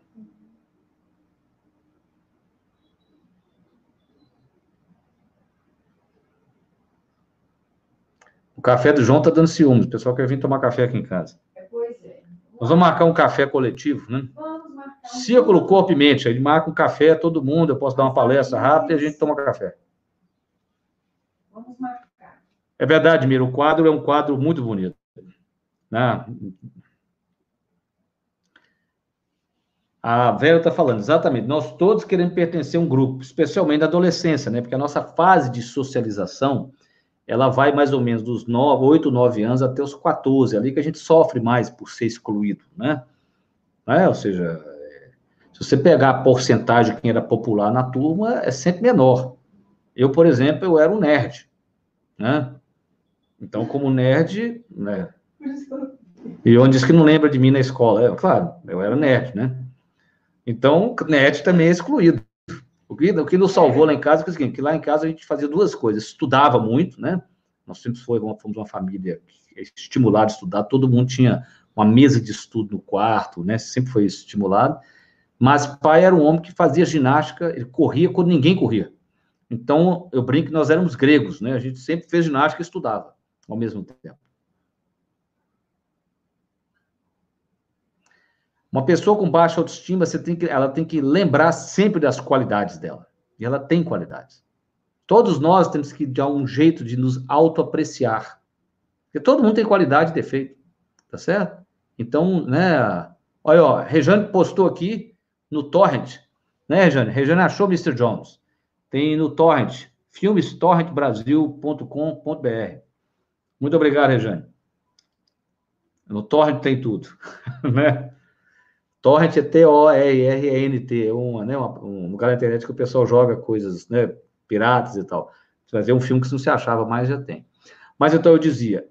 O café do João tá dando ciúmes. O pessoal quer vir tomar café aqui em casa. Pois é. Nós vamos marcar um café coletivo, né? Vamos marcar. Círculo Corpo e Mente. Ele marca um café, todo mundo. Eu posso dar uma palestra rápida e a gente toma café. Vamos marcar. É verdade, Mira. O quadro é um quadro muito bonito. Né? A Vera está falando, exatamente. Nós todos queremos pertencer a um grupo, especialmente na adolescência, né? Porque a nossa fase de socialização ela vai mais ou menos dos 8, 9 anos até os 14, ali que a gente sofre mais por ser excluído, né? Ou seja, se você pegar a porcentagem de quem era popular na turma, é sempre menor. Eu, por exemplo, eu era um nerd, né? Então, como nerd, né? E onde diz que não lembra de mim na escola? Claro, eu era nerd, né? Então, nerd também é excluído. O que nos salvou lá em casa foi o seguinte, que lá em casa a gente fazia duas coisas, estudava muito, né? Nós sempre fomos uma família estimulada a estudar, todo mundo tinha uma mesa de estudo no quarto, né? Sempre foi estimulado. Mas pai era um homem que fazia ginástica, ele corria quando ninguém corria. Então, eu brinco que nós éramos gregos, né? A gente sempre fez ginástica e estudava ao mesmo tempo. Uma pessoa com baixa autoestima, ela tem que lembrar sempre das qualidades dela. E ela tem qualidades. Todos nós temos que dar um jeito de nos autoapreciar. Porque todo mundo tem qualidade e defeito. Tá certo? Então, né? Olha, ó, Rejane postou aqui no Torrent. Né, Rejane? Rejane achou Mr. Jones. Tem no Torrent. Filmes torrentbrasil.com.br. Muito obrigado, Rejane. No Torrent tem tudo. Né? Torrent é T-O-R-R-E-N-T, é um lugar na internet que o pessoal joga coisas, né, piratas e tal. Você vai ver um filme que se não se achava mais, já tem. Mas então eu dizia,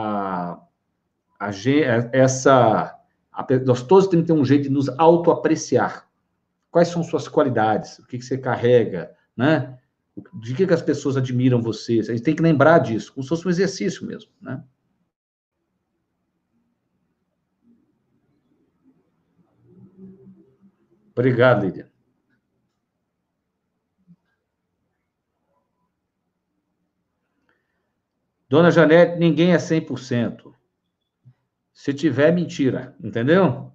nós todos temos que ter um jeito de nos autoapreciar. Quais são suas qualidades? O que você carrega, né? De que as pessoas admiram você? A gente tem que lembrar disso, como se fosse um exercício mesmo, né? Obrigado, Lídia. Dona Janete, ninguém é 100%. Se tiver, mentira, entendeu?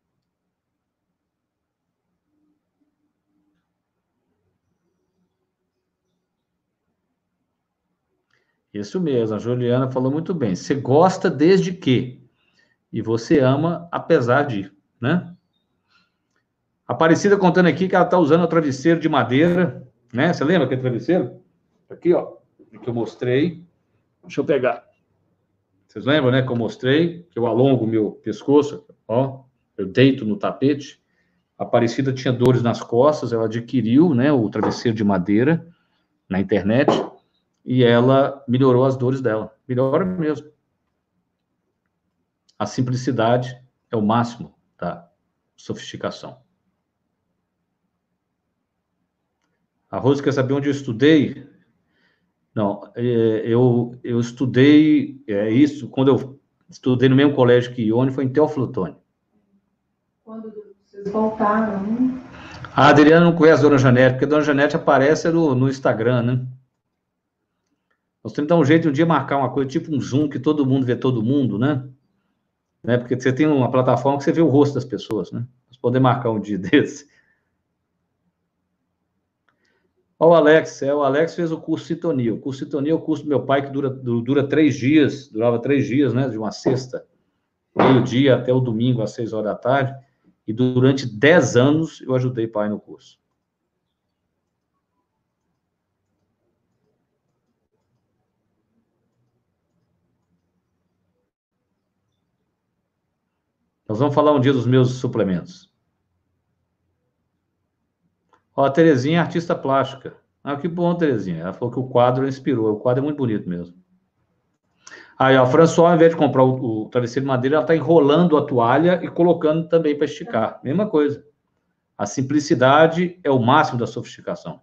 Isso mesmo, a Juliana falou muito bem. Você gosta desde que? E você ama apesar de, né? Aparecida contando aqui que ela está usando o travesseiro de madeira, né? Você lembra aquele travesseiro? Aqui, ó, que eu mostrei. Deixa eu pegar. Vocês lembram, né, que eu mostrei? Que eu alongo o meu pescoço, ó, eu deito no tapete. A Aparecida tinha dores nas costas, ela adquiriu, né, o travesseiro de madeira na internet e ela melhorou as dores dela. Melhora mesmo. A simplicidade é o máximo da sofisticação. A Rose quer saber onde eu estudei? Não, eu estudei isso, quando eu estudei no mesmo colégio que Ione, foi em Teófilo Otoni. Quando vocês voltaram, né? A Adriana não conhece a Dona Janete, porque a Dona Janete aparece no Instagram, né? Nós temos que dar um jeito de um dia marcar uma coisa, tipo um Zoom, que todo mundo vê todo mundo, né? Porque você tem uma plataforma que você vê o rosto das pessoas, né? Nós podemos marcar um dia desse. Olha o Alex fez o curso Sintonia. O curso Sintonia é o curso do meu pai que dura 3 dias, durava 3 dias, né? De uma sexta, meio-dia até o domingo, às 6 horas da tarde. E durante 10 anos eu ajudei pai no curso. Nós vamos falar um dia dos meus suplementos. Ó, a Terezinha é artista plástica. Ah, que bom, Terezinha. Ela falou que o quadro inspirou. O quadro é muito bonito mesmo. Aí, ó, a François, ao invés de comprar o travesseiro de madeira, ela está enrolando a toalha e colocando também para esticar. Mesma coisa. A simplicidade é o máximo da sofisticação.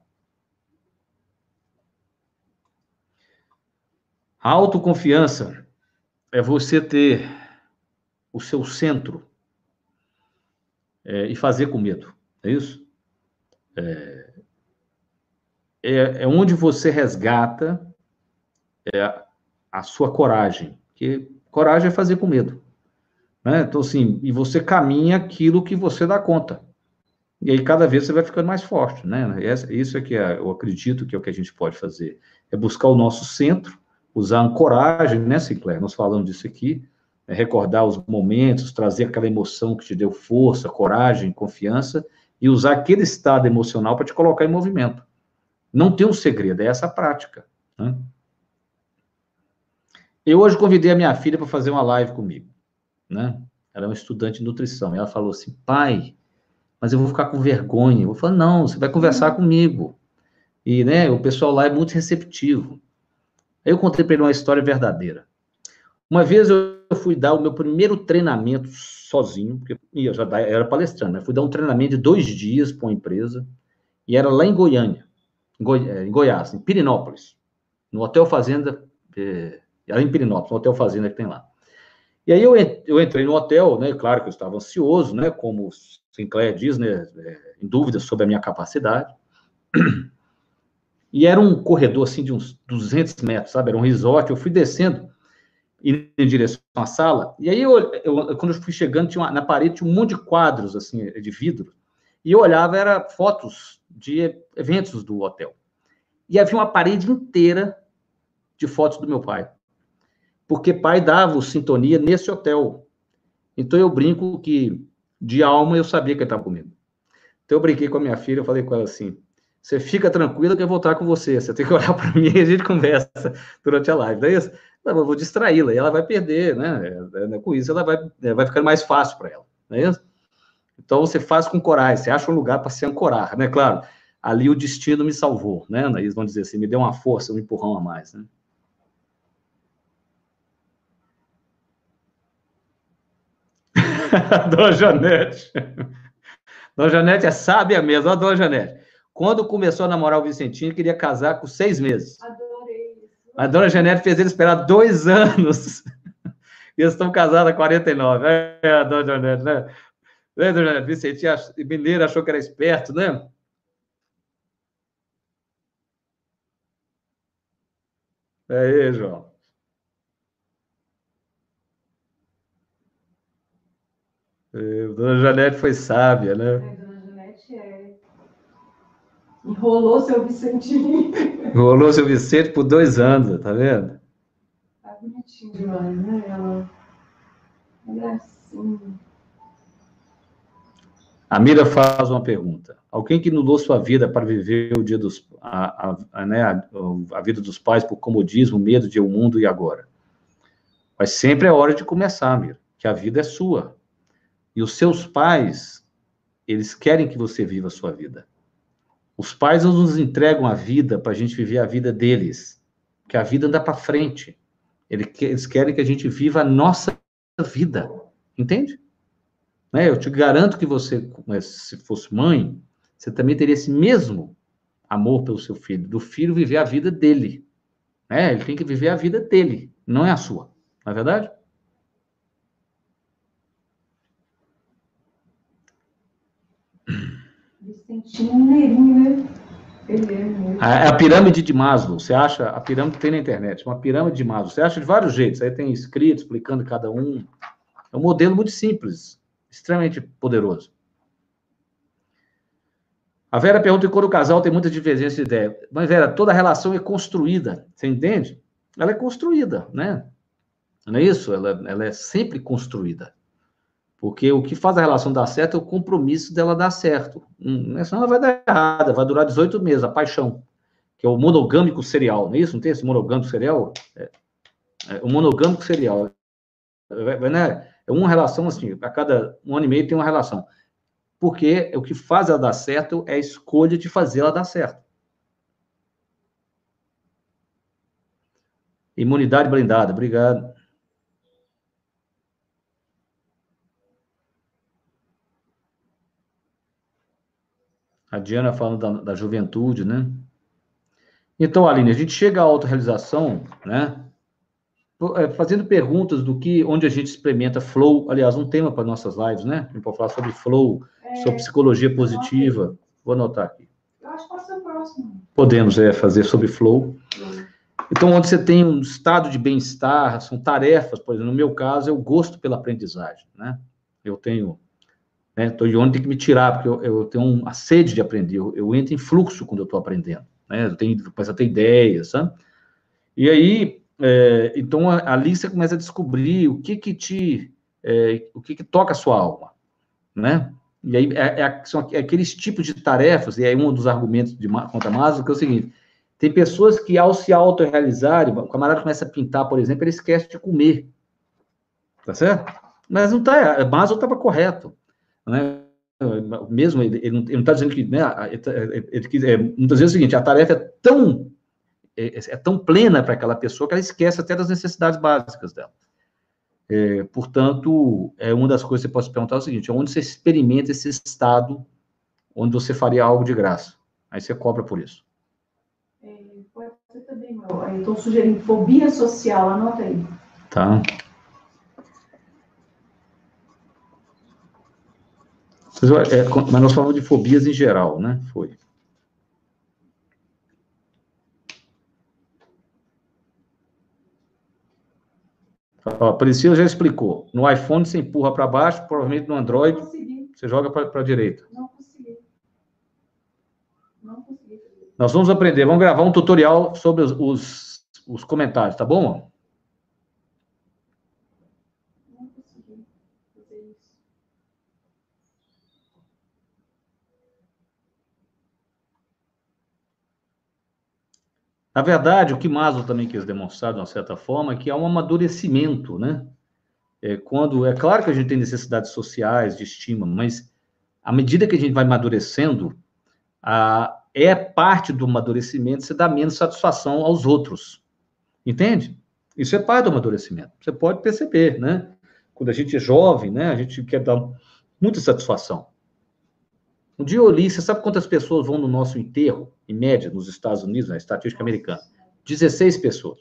A autoconfiança é você ter o seu centro e fazer com medo. É isso? É onde você resgata a sua coragem. Porque coragem é fazer com medo. Né? Então, assim, e você caminha aquilo que você dá conta. E aí, cada vez você vai ficando mais forte, né? Isso é que eu acredito que é o que a gente pode fazer. É buscar o nosso centro, usar a ancoragem, né, Sinclair? Nós falamos disso aqui, recordar os momentos, trazer aquela emoção que te deu força, coragem, confiança, e usar aquele estado emocional para te colocar em movimento. Não tem um segredo, é essa prática, né? Eu hoje convidei a minha filha para fazer uma live comigo, né? Ela é uma estudante de nutrição. E ela falou assim, pai, mas eu vou ficar com vergonha. Eu vou falar, não, você vai conversar comigo. E, né, o pessoal lá é muito receptivo. Aí eu contei para ele uma história verdadeira. Uma vez eu fui dar o meu primeiro treinamento sozinho, porque eu já era palestrante, né? Fui dar um treinamento de 2 dias para uma empresa, e era lá em Goiânia, em Goiás, em Pirinópolis, no Hotel Fazenda, era em Pirinópolis, no Hotel Fazenda que tem lá. E aí eu entrei no hotel, né? Claro que eu estava ansioso, né? Como Sinclair diz, né? Em dúvida sobre a minha capacidade. E era um corredor, assim, de uns 200 metros, sabe? Era um resort. Eu fui descendo em direção à sala. E aí, quando eu fui chegando, na parede tinha um monte de quadros, assim, de vidro. E eu olhava, era fotos de eventos do hotel. E havia uma parede inteira de fotos do meu pai. Porque pai dava sintonia nesse hotel. Então eu brinco que, de alma, eu sabia que ele estava comigo. Então eu brinquei com a minha filha, eu falei com ela assim, você fica tranquila que eu vou estar com você, você tem que olhar para mim e a gente conversa durante a live. Daí eu vou distraí-la e ela vai perder, né? Com isso ela vai ficar mais fácil para ela, não é isso? Então você faz com coragem, você acha um lugar para se ancorar, né? Claro, ali o destino me salvou, né? Eles vão dizer assim, me deu uma força, um empurrão a mais, né? Dona Janete. Dona Janete é sábia mesmo, a Dona Janete. Quando começou a namorar o Vicentinho, queria casar com 6 meses. Adorei isso. A Dona Janete fez ele esperar 2 anos. E eles estão casados há 49. É, a Dona Janete, né? Né, Dona Janete? Vicentinho mineiro achou que era esperto, né? É aí, João. Dona Janete foi sábia, né? Dona Janete enrolou seu Vicentinho. Rolou seu Vicente por 2 anos, tá vendo? Tá bonitinho demais, né? Ela é assim. A Mira faz uma pergunta. Alguém que anulou sua vida para viver o dia né, a vida dos pais por comodismo, medo de o mundo e agora? Mas sempre é hora de começar, Mira, que a vida é sua. E os seus pais, eles querem que você viva a sua vida. Os pais não nos entregam a vida para a gente viver a vida deles, que a vida anda para frente. Eles querem que a gente viva a nossa vida, entende? Né? Eu te garanto que você, se fosse mãe, você também teria esse mesmo amor pelo seu filho, do filho viver a vida dele. Né? Ele tem que viver a vida dele, não é a sua. Não é verdade? Vicentinho mineirinho, né? Ele é muito. A pirâmide de Maslow, você acha? A pirâmide tem na internet, uma pirâmide de Maslow. Você acha de vários jeitos, aí tem escrito explicando cada um. É um modelo muito simples, extremamente poderoso. A Vera pergunta quando o casal tem muita divergência de ideia. Mas, Vera, toda relação é construída, você entende? Ela é construída, né? Não é isso? Ela é sempre construída. Porque o que faz a relação dar certo é o compromisso dela dar certo. Senão ela vai dar errada, vai durar 18 meses, a paixão. Que é o monogâmico serial, não é isso? Não tem esse monogâmico serial? O monogâmico serial. Né? É uma relação assim, a cada 1 ano e meio tem uma relação. Porque o que faz ela dar certo é a escolha de fazer ela dar certo. Imunidade blindada, obrigado. A Diana falando da juventude, né? Então, Aline, a gente chega à autorrealização, né? Fazendo perguntas onde a gente experimenta flow, aliás, um tema para nossas lives, né? A gente pode falar sobre flow, sobre psicologia positiva. Vou anotar aqui. Eu acho que pode ser o próximo. Podemos fazer sobre flow. Então, onde você tem um estado de bem-estar, são tarefas, por exemplo, no meu caso, eu gosto pela aprendizagem, né? Eu tenho, né? Estou de onde tem que me tirar, porque eu tenho uma sede de aprender, eu entro em fluxo quando eu estou aprendendo, né? Começo a ter ideias, sabe? E aí, então, ali você começa a descobrir o que toca a sua alma, né? E aí, são aqueles tipos de tarefas, e aí um dos argumentos contra Maslow, que é o seguinte, Tem pessoas que, ao se autorrealizarem, o camarada começa a pintar, por exemplo, ele esquece de comer. Tá certo? Mas não está, Maslow estava correto. Né? Mesmo, ele não está dizendo que, né, muitas vezes é o seguinte, a tarefa é tão plena para aquela pessoa que ela esquece até das necessidades básicas dela. Portanto, uma das coisas que você pode se perguntar é o seguinte, onde você experimenta esse estado onde você faria algo de graça? Aí você cobra por isso. Pode ser também, eu estou sugerindo fobia social, anota aí. Tá. Mas nós falamos de fobias em geral, né? Foi. A Priscila já explicou. No iPhone você empurra para baixo, provavelmente no Android você joga para a direita. Não consegui. Nós vamos aprender, vamos gravar um tutorial sobre os comentários, tá bom? Não consegui fazer isso. Na verdade, o que Maslow também quis demonstrar, de uma certa forma, é que há um amadurecimento, né? É claro que a gente tem necessidades sociais, de estima, mas à medida que a gente vai amadurecendo, parte do amadurecimento você dá menos satisfação aos outros. Entende? Isso é parte do amadurecimento. Você pode perceber, né? Quando a gente é jovem, né? A gente quer dar muita satisfação. Um dia eu li, você sabe quantas pessoas vão no nosso enterro, em média, nos Estados Unidos, na estatística americana? 16 pessoas.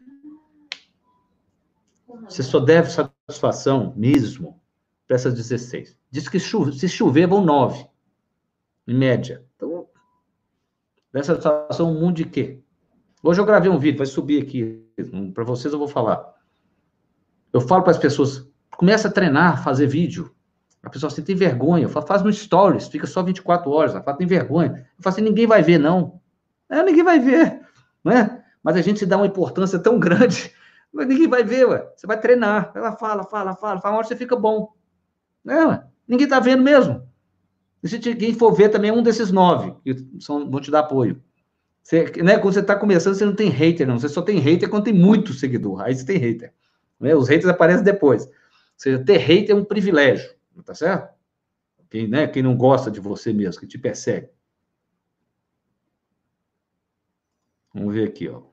Você só deve satisfação mesmo para essas 16. Diz que se chover, vão 9, em média. Então, dessa satisfação, um mundo de quê? Hoje eu gravei um vídeo, vai subir aqui, para vocês eu vou falar. Eu falo para as pessoas, começa a treinar, fazer vídeo. A pessoa assim, tem vergonha. Eu falo, faz no Stories, fica só 24 horas. Ela fala, tem vergonha. Eu falo assim, ninguém vai ver, não. Ninguém vai ver, né? Mas a gente se dá uma importância tão grande, mas ninguém vai ver, ué. Você vai treinar. Ela fala, uma hora você fica bom. Ué. Ninguém está vendo mesmo. E se ninguém for ver também, é um desses 9 que vão te dar apoio. Né, quando você está começando, você não tem hater, não. Você só tem hater quando tem muito seguidor. Aí você tem hater. Né? Os haters aparecem depois. Ou seja, ter hater é um privilégio. Tá certo? Quem não gosta de você mesmo, que te persegue. Vamos ver aqui, ó.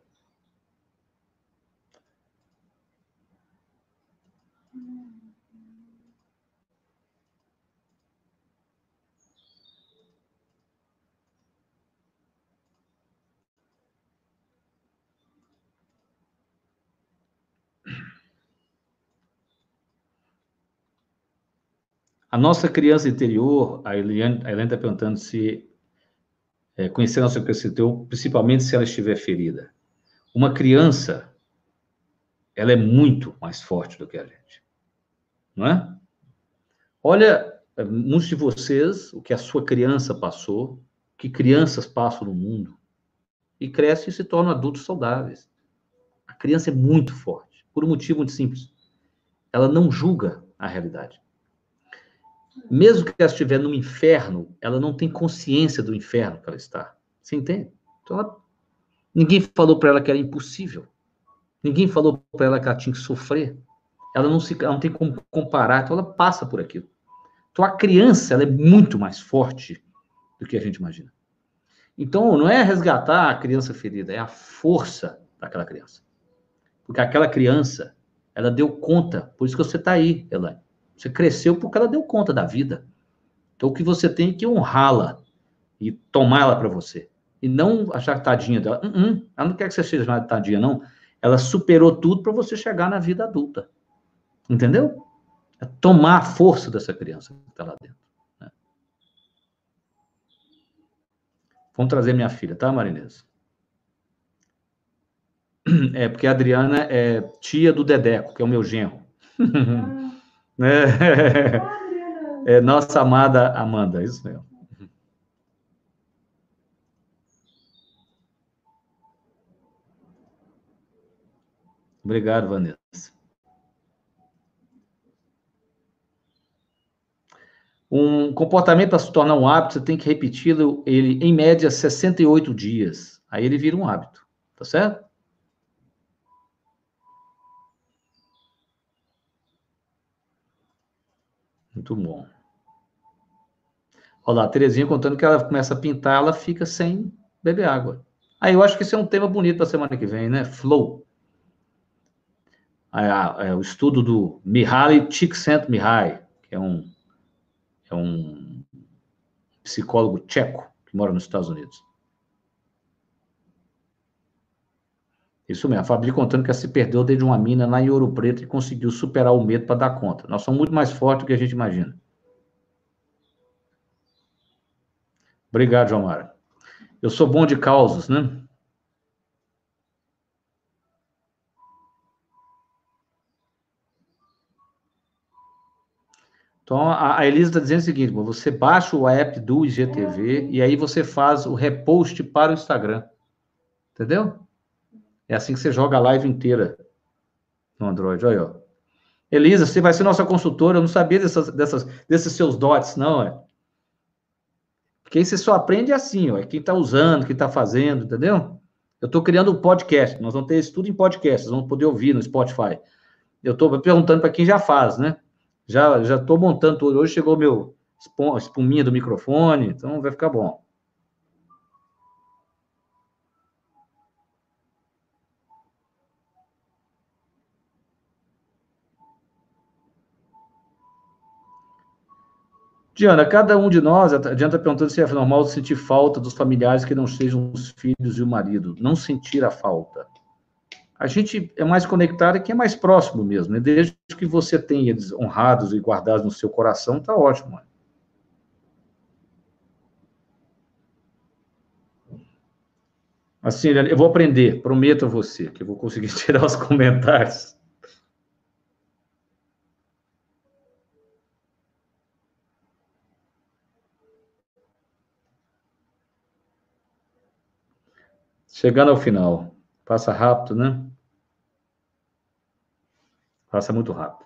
A nossa criança interior, a Eliane está perguntando se conhecer a nossa criança interior, principalmente se ela estiver ferida. Uma criança, ela é muito mais forte do que a gente. Não é? Olha, muitos de vocês, o que a sua criança passou, que crianças passam no mundo, e crescem e se tornam adultos saudáveis. A criança é muito forte, por um motivo muito simples. Ela não julga a realidade. Mesmo que ela estiver no inferno, ela não tem consciência do inferno que ela está. Você entende? Então, ninguém falou para ela que era impossível. Ninguém falou para ela que ela tinha que sofrer. Ela não tem como comparar, então ela passa por aquilo. Então, a criança, ela é muito mais forte do que a gente imagina. Então, não é resgatar a criança ferida, é a força daquela criança. Porque aquela criança, ela deu conta, por isso que você está aí, Elaine. Você cresceu porque ela deu conta da vida. Então, o que você tem é que honrá-la e tomar ela para você. E não achar que tadinha dela. Ela não quer que você seja chamada de tadinha, não. Ela superou tudo para você chegar na vida adulta. Entendeu? É tomar a força dessa criança que está lá dentro. Né? Vamos trazer minha filha, tá, Marinês? Porque a Adriana é tia do Dedeco, que é o meu genro. Nossa amada Amanda, isso mesmo. Obrigado, Vanessa. Um comportamento para se tornar um hábito, você tem que repeti-lo, ele, em média, 68 dias. Aí ele vira um hábito, tá certo? Muito bom. Olha lá, a Terezinha contando que ela começa a pintar, ela fica sem beber água. Aí eu acho que esse é um tema bonito para a semana que vem, né? Flow. O estudo do Mihaly Csikszentmihalyi, que é um psicólogo tcheco que mora nos Estados Unidos. Isso mesmo, a Fabi contando que ela se perdeu desde uma mina lá em Ouro Preto e conseguiu superar o medo para dar conta. Nós somos muito mais fortes do que a gente imagina. Obrigado, João Mara. Eu sou bom de causas, né? Então, a Elisa está dizendo o seguinte: você baixa o app do IGTV e aí você faz o repost para o Instagram. Entendeu? É assim que você joga a live inteira no Android. Olha, ó. Elisa, você vai ser nossa consultora. Eu não sabia desses seus dots, não, é? Porque aí você só aprende assim, ó. Quem está usando, quem está fazendo, entendeu? Eu estou criando um podcast. Nós vamos ter isso tudo em podcast. Nós vamos poder ouvir no Spotify. Eu estou perguntando para quem já faz, né? Já estou montando tudo. Hoje chegou meu espuminha do microfone, então vai ficar bom. Diana, cada um de nós, a Diana está perguntando se é normal sentir falta dos familiares que não sejam os filhos e o marido. Não sentir a falta. A gente é mais conectado e quem é mais próximo mesmo, né? Desde que você tenha eles honrados e guardados no seu coração, tá ótimo. Né? Assim, eu vou aprender, prometo a você, que eu vou conseguir tirar os comentários. Chegando ao final. Passa rápido, né? Passa muito rápido.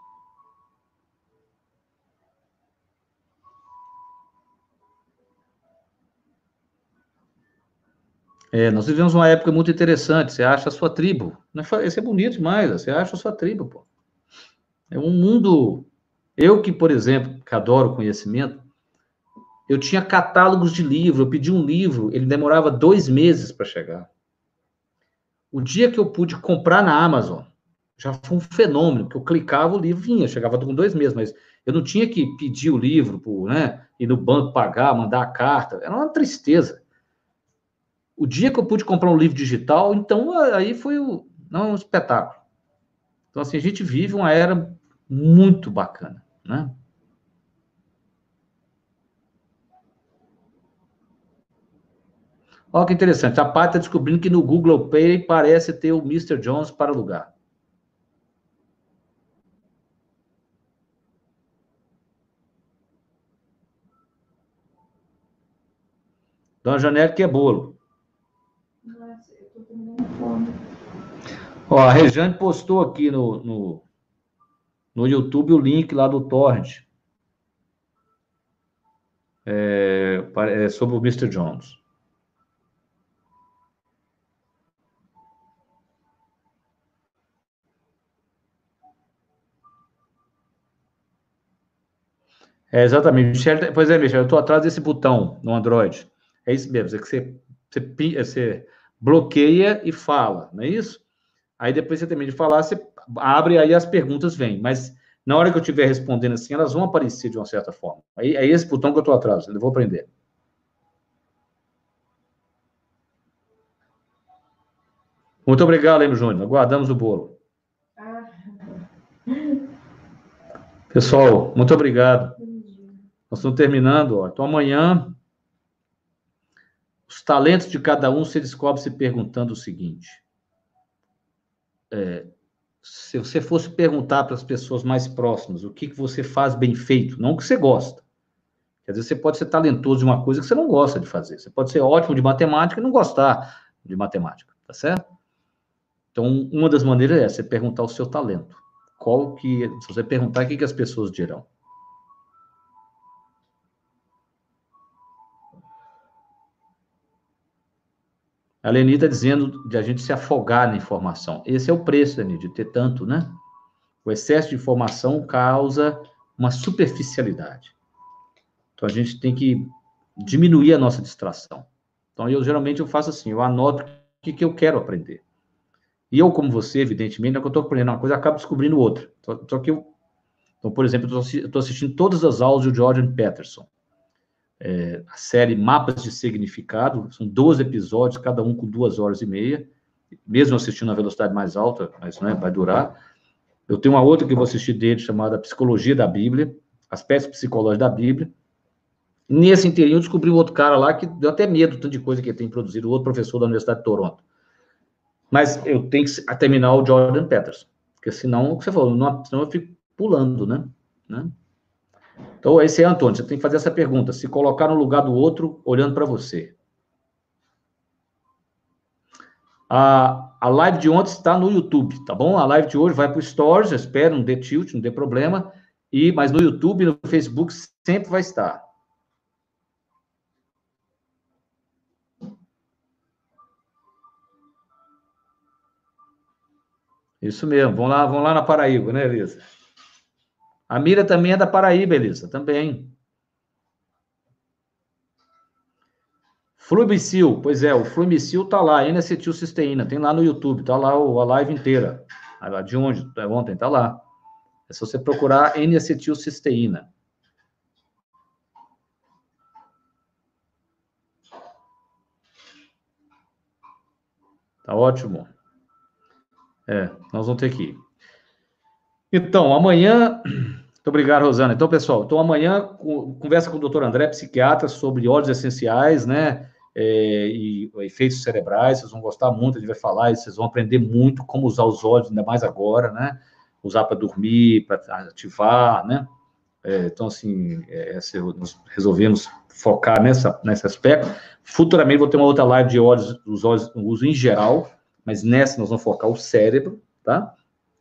Nós vivemos uma época muito interessante. Você acha a sua tribo. Isso é bonito demais. Você acha a sua tribo, pô. É um mundo. Eu que, por exemplo, que adoro conhecimento, eu tinha catálogos de livro. Eu pedi um livro, ele demorava 2 meses para chegar. O dia que eu pude comprar na Amazon, já foi um fenômeno, que eu clicava, o livro vinha, chegava com 2 meses, mas eu não tinha que pedir o livro, né, ir no banco pagar, mandar a carta, era uma tristeza. O dia que eu pude comprar um livro digital, então aí foi um espetáculo. Então, assim, a gente vive uma era muito bacana, né? Olha que interessante, a Paty está descobrindo que no Google Pay parece ter o Mr. Jones para alugar. Dona Janete quer bolo. Nossa, eu tô com fome. Ó, a Rejane postou aqui no YouTube o link lá do Torrent sobre o Mr. Jones. Exatamente. Michel, pois é, Michel, eu estou atrás desse botão no Android. É isso mesmo, é que você bloqueia e fala, não é isso? Aí depois você termina de falar, você abre, aí as perguntas vêm. Mas na hora que eu estiver respondendo assim, elas vão aparecer de uma certa forma. Aí é esse botão que eu estou atrás, eu vou aprender. Muito obrigado, Leme Júnior. Aguardamos o bolo. Pessoal, muito obrigado. Nós estamos terminando, ó. Então amanhã, os talentos de cada um se descobre se perguntando o seguinte: se você fosse perguntar para as pessoas mais próximas o que você faz bem feito, não o que você gosta. Quer dizer, você pode ser talentoso de uma coisa que você não gosta de fazer. Você pode ser ótimo de matemática e não gostar de matemática, tá certo? Então, uma das maneiras é você perguntar o seu talento. Se você perguntar, o que as pessoas dirão? A Leni está dizendo de a gente se afogar na informação. Esse é o preço, Leni, de ter tanto, né? O excesso de informação causa uma superficialidade. Então, a gente tem que diminuir a nossa distração. Então, geralmente eu faço assim, eu anoto o que eu quero aprender. E eu, como você, evidentemente, não é que eu estou aprendendo uma coisa, eu acabo descobrindo outra. Só que então, por exemplo, eu estou assistindo todas as aulas do Jordan Peterson. A série Mapas de Significado, são 12 episódios, cada um com 2 horas e meia, mesmo assistindo a velocidade mais alta, mas né, vai durar. Eu tenho uma outra que eu vou assistir dele, chamada Psicologia da Bíblia, Aspectos Psicológicos da Bíblia. Nesse inteirinho, eu descobri um outro cara lá que deu até medo, tanto de coisa que ele tem produzido, outro professor da Universidade de Toronto. Mas eu tenho que terminar o Jordan Peterson, porque senão, o que você falou, senão eu fico pulando, né? Então, esse é Antônio, você tem que fazer essa pergunta, se colocar no lugar do outro, olhando para você. A live de ontem está no YouTube, tá bom? A live de hoje vai para o Stories, eu espero, não dê tilt, não dê problema, mas no YouTube e no Facebook sempre vai estar. Isso mesmo, vão lá na Paraíba, né, Elisa? A Mira também é da Paraíba, Elisa, também. Fluimicil, pois é, o Fluimicil tá lá, N-acetilcisteína, tem lá no YouTube, tá lá a live inteira. De onde? Ontem, tá lá. É só você procurar N-acetilcisteína. Tá ótimo. Nós vamos ter que ir. Então, amanhã... Muito obrigado, Rosana. Então, pessoal, amanhã conversa com o Dr. André, psiquiatra, sobre óleos essenciais, né? E efeitos cerebrais, vocês vão gostar muito, ele vai falar, e vocês vão aprender muito como usar os óleos, ainda mais agora, né? Usar para dormir, para ativar, né? Então, assim, nós resolvemos focar nesse aspecto. Futuramente vou ter uma outra live de óleos, os óleos no uso em geral, mas nessa nós vamos focar o cérebro, tá?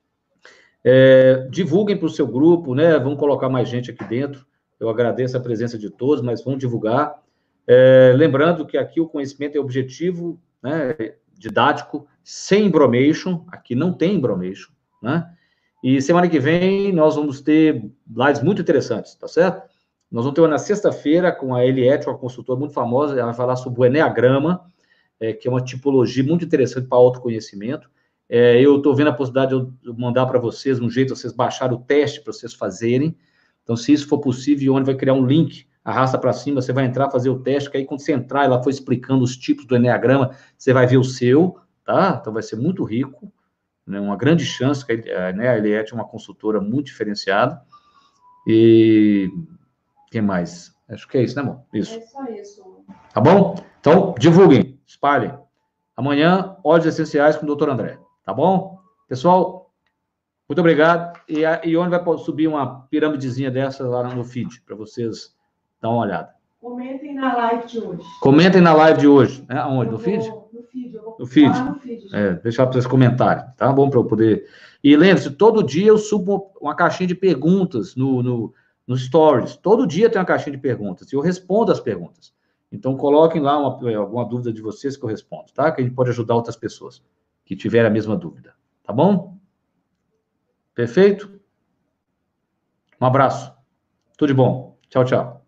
Divulguem para o seu grupo, né? Vamos colocar mais gente aqui dentro. Eu agradeço a presença de todos, mas vamos divulgar. Lembrando que aqui o conhecimento é objetivo, né? Didático, sem embromation. Aqui não tem embromation, né? E semana que vem nós vamos ter lives muito interessantes, tá certo? Nós vamos ter uma na sexta-feira com a Eliette, uma consultora muito famosa. Ela vai falar sobre o Enneagrama, que é uma tipologia muito interessante para autoconhecimento. Eu estou vendo a possibilidade de eu mandar para vocês um jeito de vocês baixarem o teste para vocês fazerem. Então, se isso for possível, onde vai criar um link, arrasta para cima, você vai entrar, fazer o teste, que aí quando você entrar, ela foi explicando os tipos do Enneagrama, você vai ver o seu, tá? Então, vai ser muito rico, né? Uma grande chance, que né, a Eliette é uma consultora muito diferenciada. E... o que mais? Acho que é isso, né, amor? Isso. É só isso. Tá bom? Então, divulguem, espalhem. Amanhã, óleos essenciais com o Dr. André. Tá bom? Pessoal, muito obrigado. E onde vai subir uma piramidezinha dessa lá no feed, para vocês dar uma olhada. Comentem na live de hoje. Comentem na live de hoje. Né? Aonde? No feed? No feed. Eu vou no feed. Lá no feed. Deixar para vocês comentarem, tá bom? Para eu poder... E lembre-se, todo dia eu subo uma caixinha de perguntas no Stories. Todo dia tem uma caixinha de perguntas. E eu respondo as perguntas. Então, coloquem lá alguma dúvida de vocês que eu respondo, tá? Que a gente pode ajudar outras pessoas que tiverem a mesma dúvida. Tá bom? Perfeito? Um abraço. Tudo de bom. Tchau, tchau.